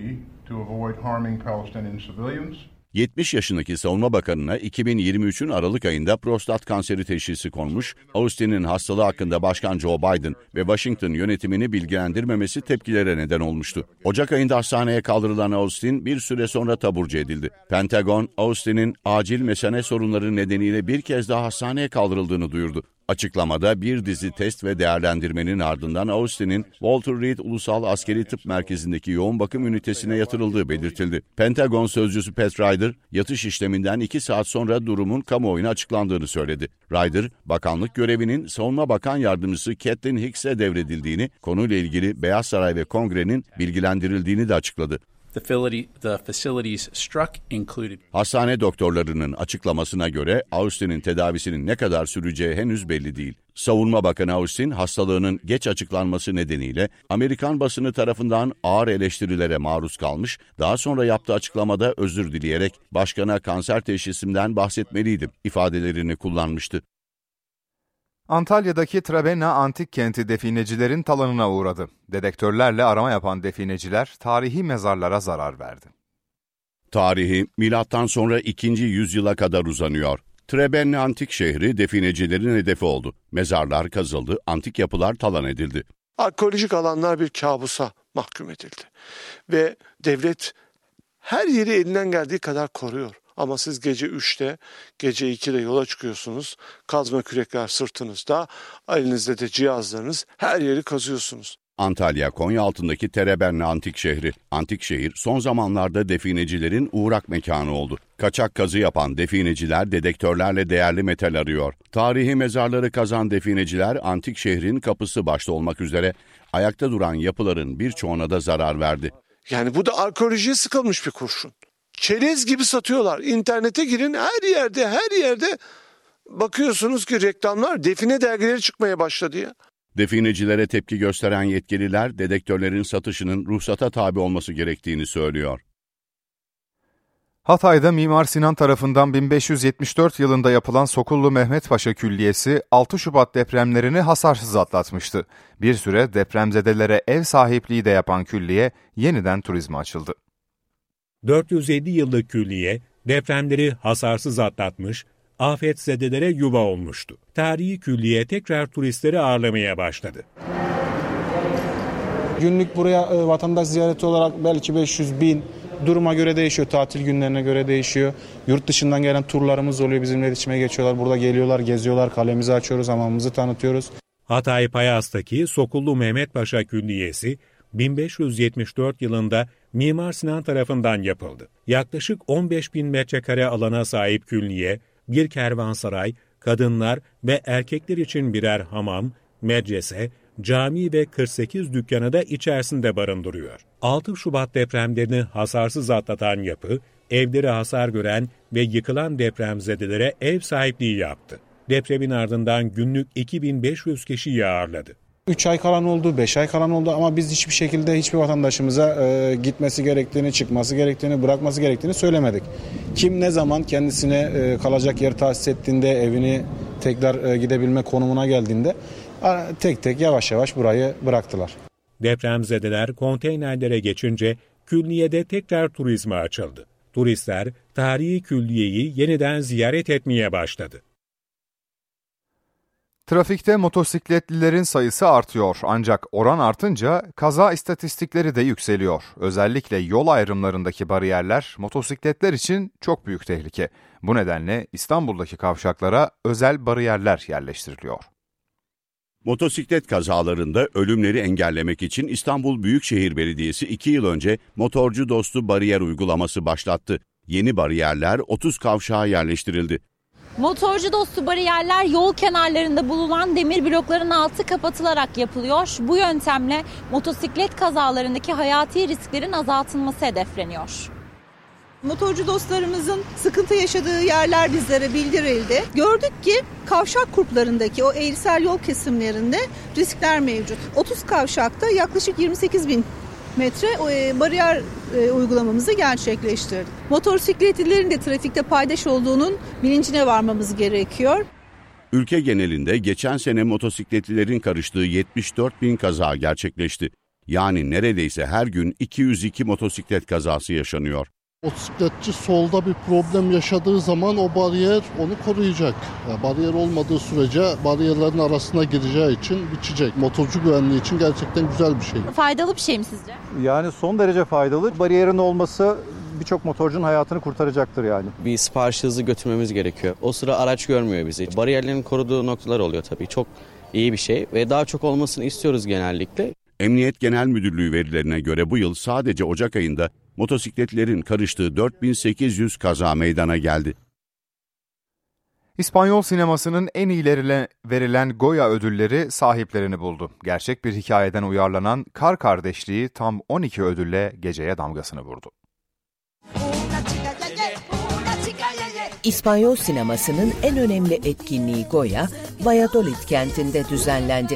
yetmiş yaşındaki Savunma Bakanı'na iki bin yirmi üçün Aralık ayında prostat kanseri teşhisi konmuş, Austin'in hastalığı hakkında Başkan Joe Biden ve Washington yönetimini bilgilendirmemesi tepkilere neden olmuştu. Ocak ayında hastaneye kaldırılan Austin bir süre sonra taburcu edildi. Pentagon, Austin'in acil mesane sorunları nedeniyle bir kez daha hastaneye kaldırıldığını duyurdu. Açıklamada bir dizi test ve değerlendirmenin ardından Austin'in Walter Reed Ulusal Askeri Tıp Merkezi'ndeki yoğun bakım ünitesine yatırıldığı belirtildi. Pentagon sözcüsü Pat Ryder, yatış işleminden iki saat sonra durumun kamuoyuna açıklandığını söyledi. Ryder, bakanlık görevinin Savunma Bakan Yardımcısı Kathleen Hicks'e devredildiğini, konuyla ilgili Beyaz Saray ve Kongre'nin bilgilendirildiğini de açıkladı. Hastane doktorlarının açıklamasına göre Austin'in tedavisinin ne kadar süreceği henüz belli değil. Savunma Bakanı Austin hastalığının geç açıklanması nedeniyle Amerikan basını tarafından ağır eleştirilere maruz kalmış, daha sonra yaptığı açıklamada özür dileyerek başkana kanser teşhisimden bahsetmeliydim ifadelerini kullanmıştı. Antalya'daki Trebenna Antik Kenti definecilerin talanına uğradı. Dedektörlerle arama yapan defineciler tarihi mezarlara zarar verdi. Tarihi milattan sonra ikinci yüzyıla kadar uzanıyor. Trebenna Antik Şehri definecilerin hedefi oldu. Mezarlar kazıldı, antik yapılar talan edildi. Arkeolojik alanlar bir kabusa mahkum edildi. Ve devlet her yeri elinden geldiği kadar koruyor. Ama siz gece üçte, gece ikide yola çıkıyorsunuz. Kazma kürekler sırtınızda, elinizde de cihazlarınız, her yeri kazıyorsunuz. Antalya, Konyaaltı'ndaki Trebenna Antik Şehri. Antik şehir son zamanlarda definecilerin uğrak mekanı oldu. Kaçak kazı yapan defineciler dedektörlerle değerli metal arıyor. Tarihi mezarları kazan defineciler antik şehrin kapısı başta olmak üzere ayakta duran yapıların birçoğuna da zarar verdi. Yani bu da arkeolojiye sıkılmış bir kurşun. Çerez gibi satıyorlar. İnternete girin, her yerde her yerde bakıyorsunuz ki reklamlar, define dergileri çıkmaya başladı ya. Definecilere tepki gösteren yetkililer dedektörlerin satışının ruhsata tabi olması gerektiğini söylüyor. Hatay'da Mimar Sinan tarafından bin beş yüz yetmiş dört yılında yapılan Sokullu Mehmet Paşa Külliyesi altı Şubat depremlerini hasarsız atlatmıştı. Bir süre depremzedelere ev sahipliği de yapan külliye yeniden turizme açıldı. dört yüz elli yıllık külliye depremleri hasarsız atlatmış, afetzedelere yuva olmuştu. Tarihi külliye tekrar turistleri ağırlamaya başladı. Günlük buraya e, vatandaş ziyareti olarak belki beş yüz bin, duruma göre değişiyor, tatil günlerine göre değişiyor. Yurt dışından gelen turlarımız oluyor, bizimle iletişime geçiyorlar. Burada geliyorlar, geziyorlar, kalemizi açıyoruz, hamamımızı tanıtıyoruz. Hatay Payas'taki Sokullu Mehmet Paşa Külliyesi bin beş yüz yetmiş dört yılında Mimar Sinan tarafından yapıldı. Yaklaşık on beş bin metrekare alana sahip külliye, bir kervansaray, kadınlar ve erkekler için birer hamam, medrese, cami ve kırk sekiz dükkanı da içerisinde barındırıyor. altı Şubat depremlerini hasarsız atlatan yapı, evleri hasar gören ve yıkılan depremzedelere ev sahipliği yaptı. Depremin ardından günlük iki bin beş yüz kişiyi ağırladı. üç ay kalan oldu, beş ay kalan oldu ama biz hiçbir şekilde hiçbir vatandaşımıza e, gitmesi gerektiğini, çıkması gerektiğini, bırakması gerektiğini söylemedik. Kim ne zaman kendisine e, kalacak yer tahsis ettiğinde, evini tekrar e, gidebilme konumuna geldiğinde a, tek tek yavaş yavaş burayı bıraktılar. Depremzedeler konteynerlere geçince külliyede tekrar turizme açıldı. Turistler tarihi külliyeyi yeniden ziyaret etmeye başladı. Trafikte motosikletlilerin sayısı artıyor ancak oran artınca kaza istatistikleri de yükseliyor. Özellikle yol ayrımlarındaki bariyerler motosikletler için çok büyük tehlike. Bu nedenle İstanbul'daki kavşaklara özel bariyerler yerleştiriliyor. Motosiklet kazalarında ölümleri engellemek için İstanbul Büyükşehir Belediyesi iki yıl önce motorcu dostu bariyer uygulaması başlattı. Yeni bariyerler otuz kavşağa yerleştirildi. Motorcu dostu bariyerler yol kenarlarında bulunan demir blokların altı kapatılarak yapılıyor. Bu yöntemle motosiklet kazalarındaki hayati risklerin azaltılması hedefleniyor. Motorcu dostlarımızın sıkıntı yaşadığı yerler bizlere bildirildi. Gördük ki kavşak kurplarındaki o eğrisel yol kesimlerinde riskler mevcut. otuz kavşakta yaklaşık yirmi sekiz bin metre bariyer uygulamamızı gerçekleştirdik. Motosikletlilerin de trafikte paydaş olduğunun bilincine varmamız gerekiyor. Ülke genelinde geçen sene motosikletlilerin karıştığı yetmiş dört bin kaza gerçekleşti. Yani neredeyse her gün iki yüz iki motosiklet kazası yaşanıyor. Motosikletçi solda bir problem yaşadığı zaman o bariyer onu koruyacak. Yani bariyer olmadığı sürece bariyerlerin arasına gireceği için biçecek. Motorcu güvenliği için gerçekten güzel bir şey. Faydalı bir şey mi sizce? Yani son derece faydalı. Bariyerin olması birçok motorcunun hayatını kurtaracaktır yani. Bir sipariş hızlı götürmemiz gerekiyor. O sıra araç görmüyor bizi. Bariyerlerin koruduğu noktalar oluyor tabii. Çok iyi bir şey ve daha çok olmasını istiyoruz genellikle. Emniyet Genel Müdürlüğü verilerine göre bu yıl sadece Ocak ayında motosikletlerin karıştığı dört bin sekiz yüz kaza meydana geldi. İspanyol sinemasının en iyilerine verilen Goya ödülleri sahiplerini buldu. Gerçek bir hikayeden uyarlanan Kar Kardeşliği tam on iki ödülle geceye damgasını vurdu. İspanyol sinemasının en önemli etkinliği Goya, Valladolid kentinde düzenlendi.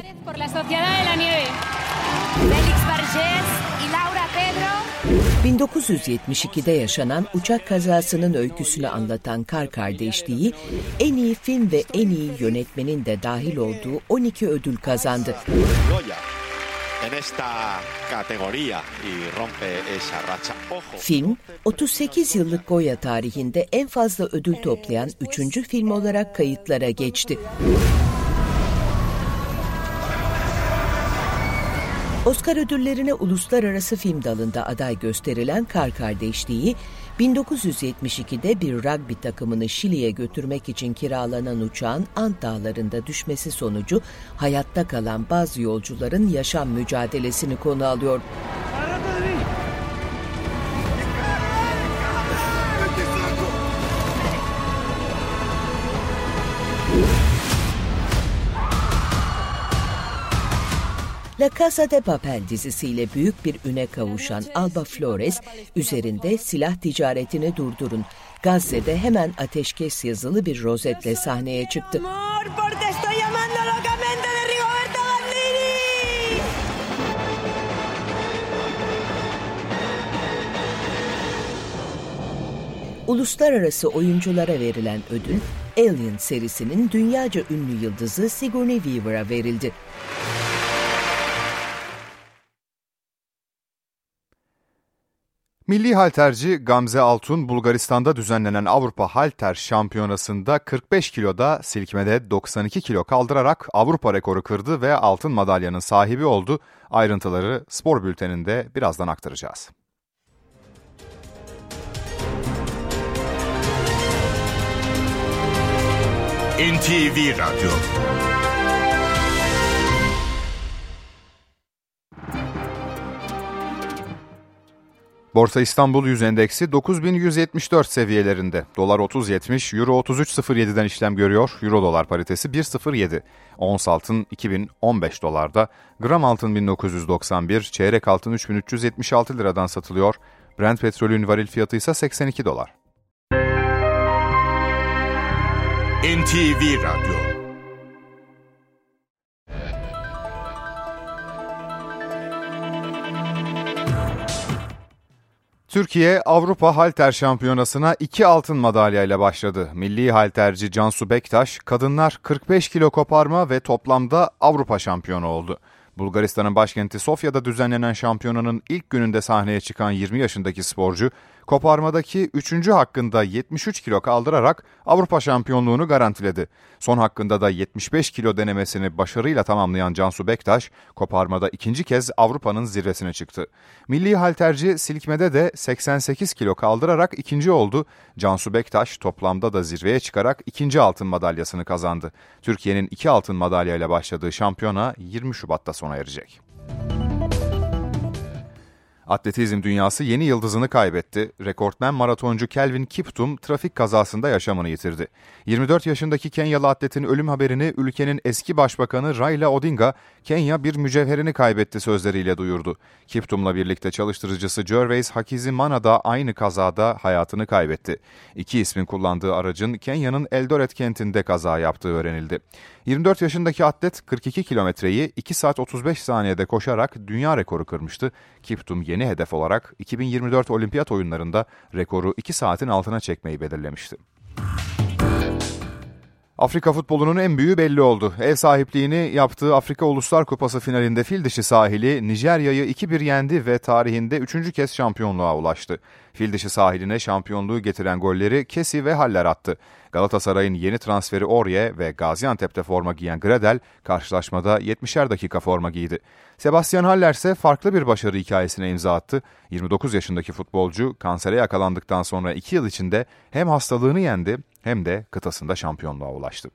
bin dokuz yüz yetmiş ikide yaşanan uçak kazasının öyküsünü anlatan Kar Kardeşliği, en iyi film ve en iyi yönetmenin de dahil olduğu on iki ödül kazandı. Film, otuz sekiz yıllık Goya tarihinde en fazla ödül toplayan üçüncü film olarak kayıtlara geçti. Oscar ödüllerine uluslararası film dalında aday gösterilen Kar Kardeşliği, bin dokuz yüz yetmiş ikide bir rugby takımını Şili'ye götürmek için kiralanan uçağın Ant Dağları'nda düşmesi sonucu hayatta kalan bazı yolcuların yaşam mücadelesini konu alıyor. La Casa de Papel dizisiyle büyük bir üne kavuşan Alba Flores, üzerinde silah ticaretini durdurun, Gazze'de hemen ateşkes yazılı bir rozetle sahneye çıktı. Uluslararası oyunculara verilen ödül, Alien serisinin dünyaca ünlü yıldızı Sigourney Weaver'a verildi. Milli halterci Gamze Altun, Bulgaristan'da düzenlenen Avrupa Halter Şampiyonası'nda kırk beş kiloda silkmede doksan iki kilo kaldırarak Avrupa rekoru kırdı ve altın madalyanın sahibi oldu. Ayrıntıları spor bülteninde birazdan aktaracağız. N T V Radyo. Borsa İstanbul Yüz Endeksi dokuz bin yüz yetmiş dört seviyelerinde. Dolar otuz yetmiş, Euro otuz üç sıfır yedi'den işlem görüyor. Euro dolar paritesi bir sıfır yedi. Ons altın iki bin on beş dolarda. Gram altın bin dokuz yüz doksan bir, çeyrek altın üç bin üç yüz yetmiş altı liradan satılıyor. Brent petrolün varil fiyatı ise seksen iki dolar. N T V Radyo. Türkiye Avrupa Halter Şampiyonası'na iki altın madalyayla başladı. Milli halterci Cansu Bektaş, kadınlar kırk beş kilo koparma ve toplamda Avrupa şampiyonu oldu. Bulgaristan'ın başkenti Sofya'da düzenlenen şampiyonanın ilk gününde sahneye çıkan yirmi yaşındaki sporcu, koparmadaki üçüncü hakkında yetmiş üç kilo kaldırarak Avrupa şampiyonluğunu garantiledi. Son hakkında da yetmiş beş kilo denemesini başarıyla tamamlayan Cansu Bektaş, koparmada ikinci kez Avrupa'nın zirvesine çıktı. Milli halterci silkmede de seksen sekiz kilo kaldırarak ikinci oldu. Cansu Bektaş toplamda da zirveye çıkarak ikinci altın madalyasını kazandı. Türkiye'nin iki altın madalyayla başladığı şampiyona yirmi Şubat'ta sona erecek. Atletizm dünyası yeni yıldızını kaybetti. Rekortmen maratoncu Kelvin Kiptum trafik kazasında yaşamını yitirdi. yirmi dört yaşındaki Kenyalı atletin ölüm haberini ülkenin eski başbakanı Raila Odinga, Kenya bir mücevherini kaybetti sözleriyle duyurdu. Kiptum'la birlikte çalıştırıcısı Gervais Hakizimana da aynı kazada hayatını kaybetti. İki ismin kullandığı aracın Kenya'nın Eldoret kentinde kaza yaptığı öğrenildi. yirmi dört yaşındaki atlet kırk iki kilometreyi iki saat otuz beş saniyede koşarak dünya rekoru kırmıştı. Kiptum yeni hedef olarak iki bin yirmi dört Olimpiyat oyunlarında rekoru iki saatin altına çekmeyi belirlemişti. Afrika futbolunun en büyüğü belli oldu. Ev sahipliğini yaptığı Afrika Uluslar Kupası finalinde Fildişi sahili Nijerya'yı iki bir yendi ve tarihinde üçüncü kez şampiyonluğa ulaştı. Fildişi sahiline şampiyonluğu getiren golleri Kesi ve Haller attı. Galatasaray'ın yeni transferi Orye ve Gaziantep'te forma giyen Gradel karşılaşmada yetmişer dakika forma giydi. Sebastian Haller ise farklı bir başarı hikayesine imza attı. yirmi dokuz yaşındaki futbolcu kansere yakalandıktan sonra iki yıl içinde hem hastalığını yendi hem de kıtasında şampiyonluğa ulaştı.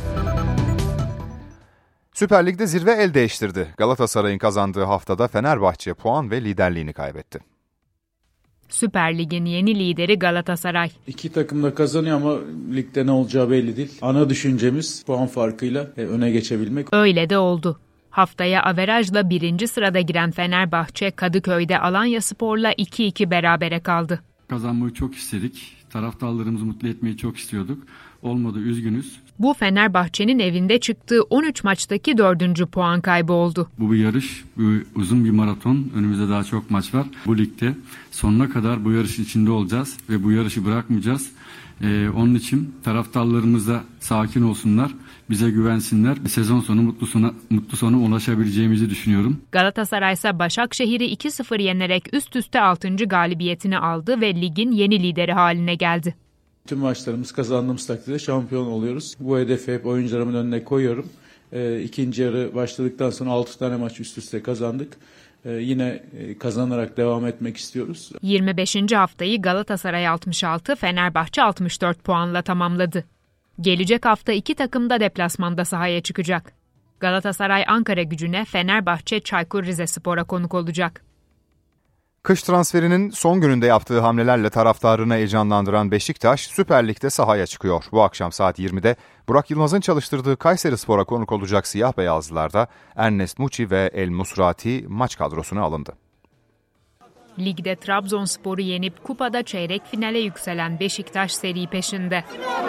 Süper Lig'de zirve el değiştirdi. Galatasaray'ın kazandığı haftada Fenerbahçe puan ve liderliğini kaybetti. Süper Lig'in yeni lideri Galatasaray. İki takım da kazanıyor ama ligde ne olacağı belli değil. Ana düşüncemiz puan farkıyla öne geçebilmek. Öyle de oldu. Haftaya averajla birinci sırada giren Fenerbahçe, Kadıköy'de Alanyaspor'la iki iki berabere kaldı. Kazanmayı çok istedik. Taraftarlarımızı mutlu etmeyi çok istiyorduk. Olmadı, üzgünüz. Bu Fenerbahçe'nin evinde çıktığı on üç maçtaki dördüncü puan kaybı oldu. Bu bir yarış, bu uzun bir maraton. Önümüzde daha çok maç var. Bu ligde sonuna kadar bu yarışın içinde olacağız ve bu yarışı bırakmayacağız. Ee, onun için taraftarlarımız da sakin olsunlar, bize güvensinler. Sezon sonu mutlu sona, mutlu sona ulaşabileceğimizi düşünüyorum. Galatasaray ise Başakşehir'i iki sıfır yenerek üst üste altıncı galibiyetini aldı ve ligin yeni lideri haline geldi. Tüm maçlarımız kazandığımız takdirde şampiyon oluyoruz. Bu hedefi hep oyuncularımın önüne koyuyorum. Ee, ikinci yarı başladıktan sonra altı tane maç üst üste kazandık. Ee, yine kazanarak devam etmek istiyoruz. yirmi beşinci haftayı Galatasaray altmış altı, Fenerbahçe altmış dört puanla tamamladı. Gelecek hafta iki takım da deplasmanda sahaya çıkacak. Galatasaray Ankaragücü'ne, Fenerbahçe Çaykur Rizespor'a konuk olacak. Kış transferinin son gününde yaptığı hamlelerle taraftarını heyecanlandıran Beşiktaş, Süper Lig'de sahaya çıkıyor. Bu akşam saat yirmide Burak Yılmaz'ın çalıştırdığı Kayserispor'a konuk olacak siyah beyazlılarda Ernest Muçi ve El Musrati maç kadrosuna alındı. Ligde Trabzonspor'u yenip kupada çeyrek finale yükselen Beşiktaş seri peşinde.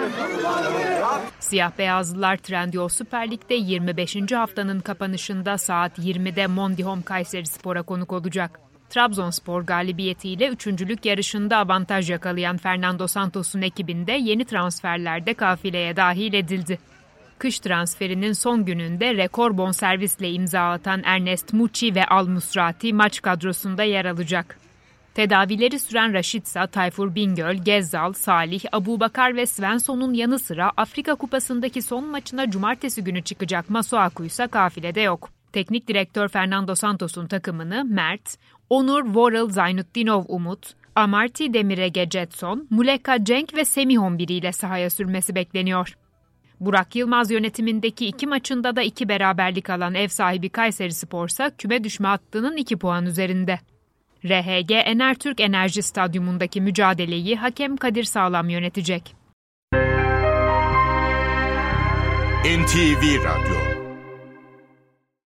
Siyah beyazlılar Trendyol Süper Lig'de yirmi beşinci haftanın kapanışında saat yirmide Mondihom Kayserispor'a konuk olacak. Trabzonspor galibiyetiyle üçüncülük yarışında avantaj yakalayan Fernando Santos'un ekibinde yeni transferlerde kafileye dahil edildi. Kış transferinin son gününde rekor bonservisle imza atan Ernest Muçi ve Al Musrati maç kadrosunda yer alacak. Tedavileri süren Raşitsa, Tayfur Bingöl, Gezzal, Salih, Abubakar ve Svensson'un yanı sıra Afrika Kupası'ndaki son maçına cumartesi günü çıkacak Masuaku ise kafilede yok. Teknik direktör Fernando Santos'un takımını Mert, Onur Vorel Zaynutdinov Umut, Amarty Demirege Jetson, Muleka Cenk ve Semih on bir ile sahaya sürmesi bekleniyor. Burak Yılmaz yönetimindeki iki maçında da iki beraberlik alan ev sahibi Kayserispor ise küme düşme hattının iki puan üzerinde. R H G Enertürk Enerji Stadyumundaki mücadeleyi hakem Kadir Sağlam yönetecek. N T V Radyo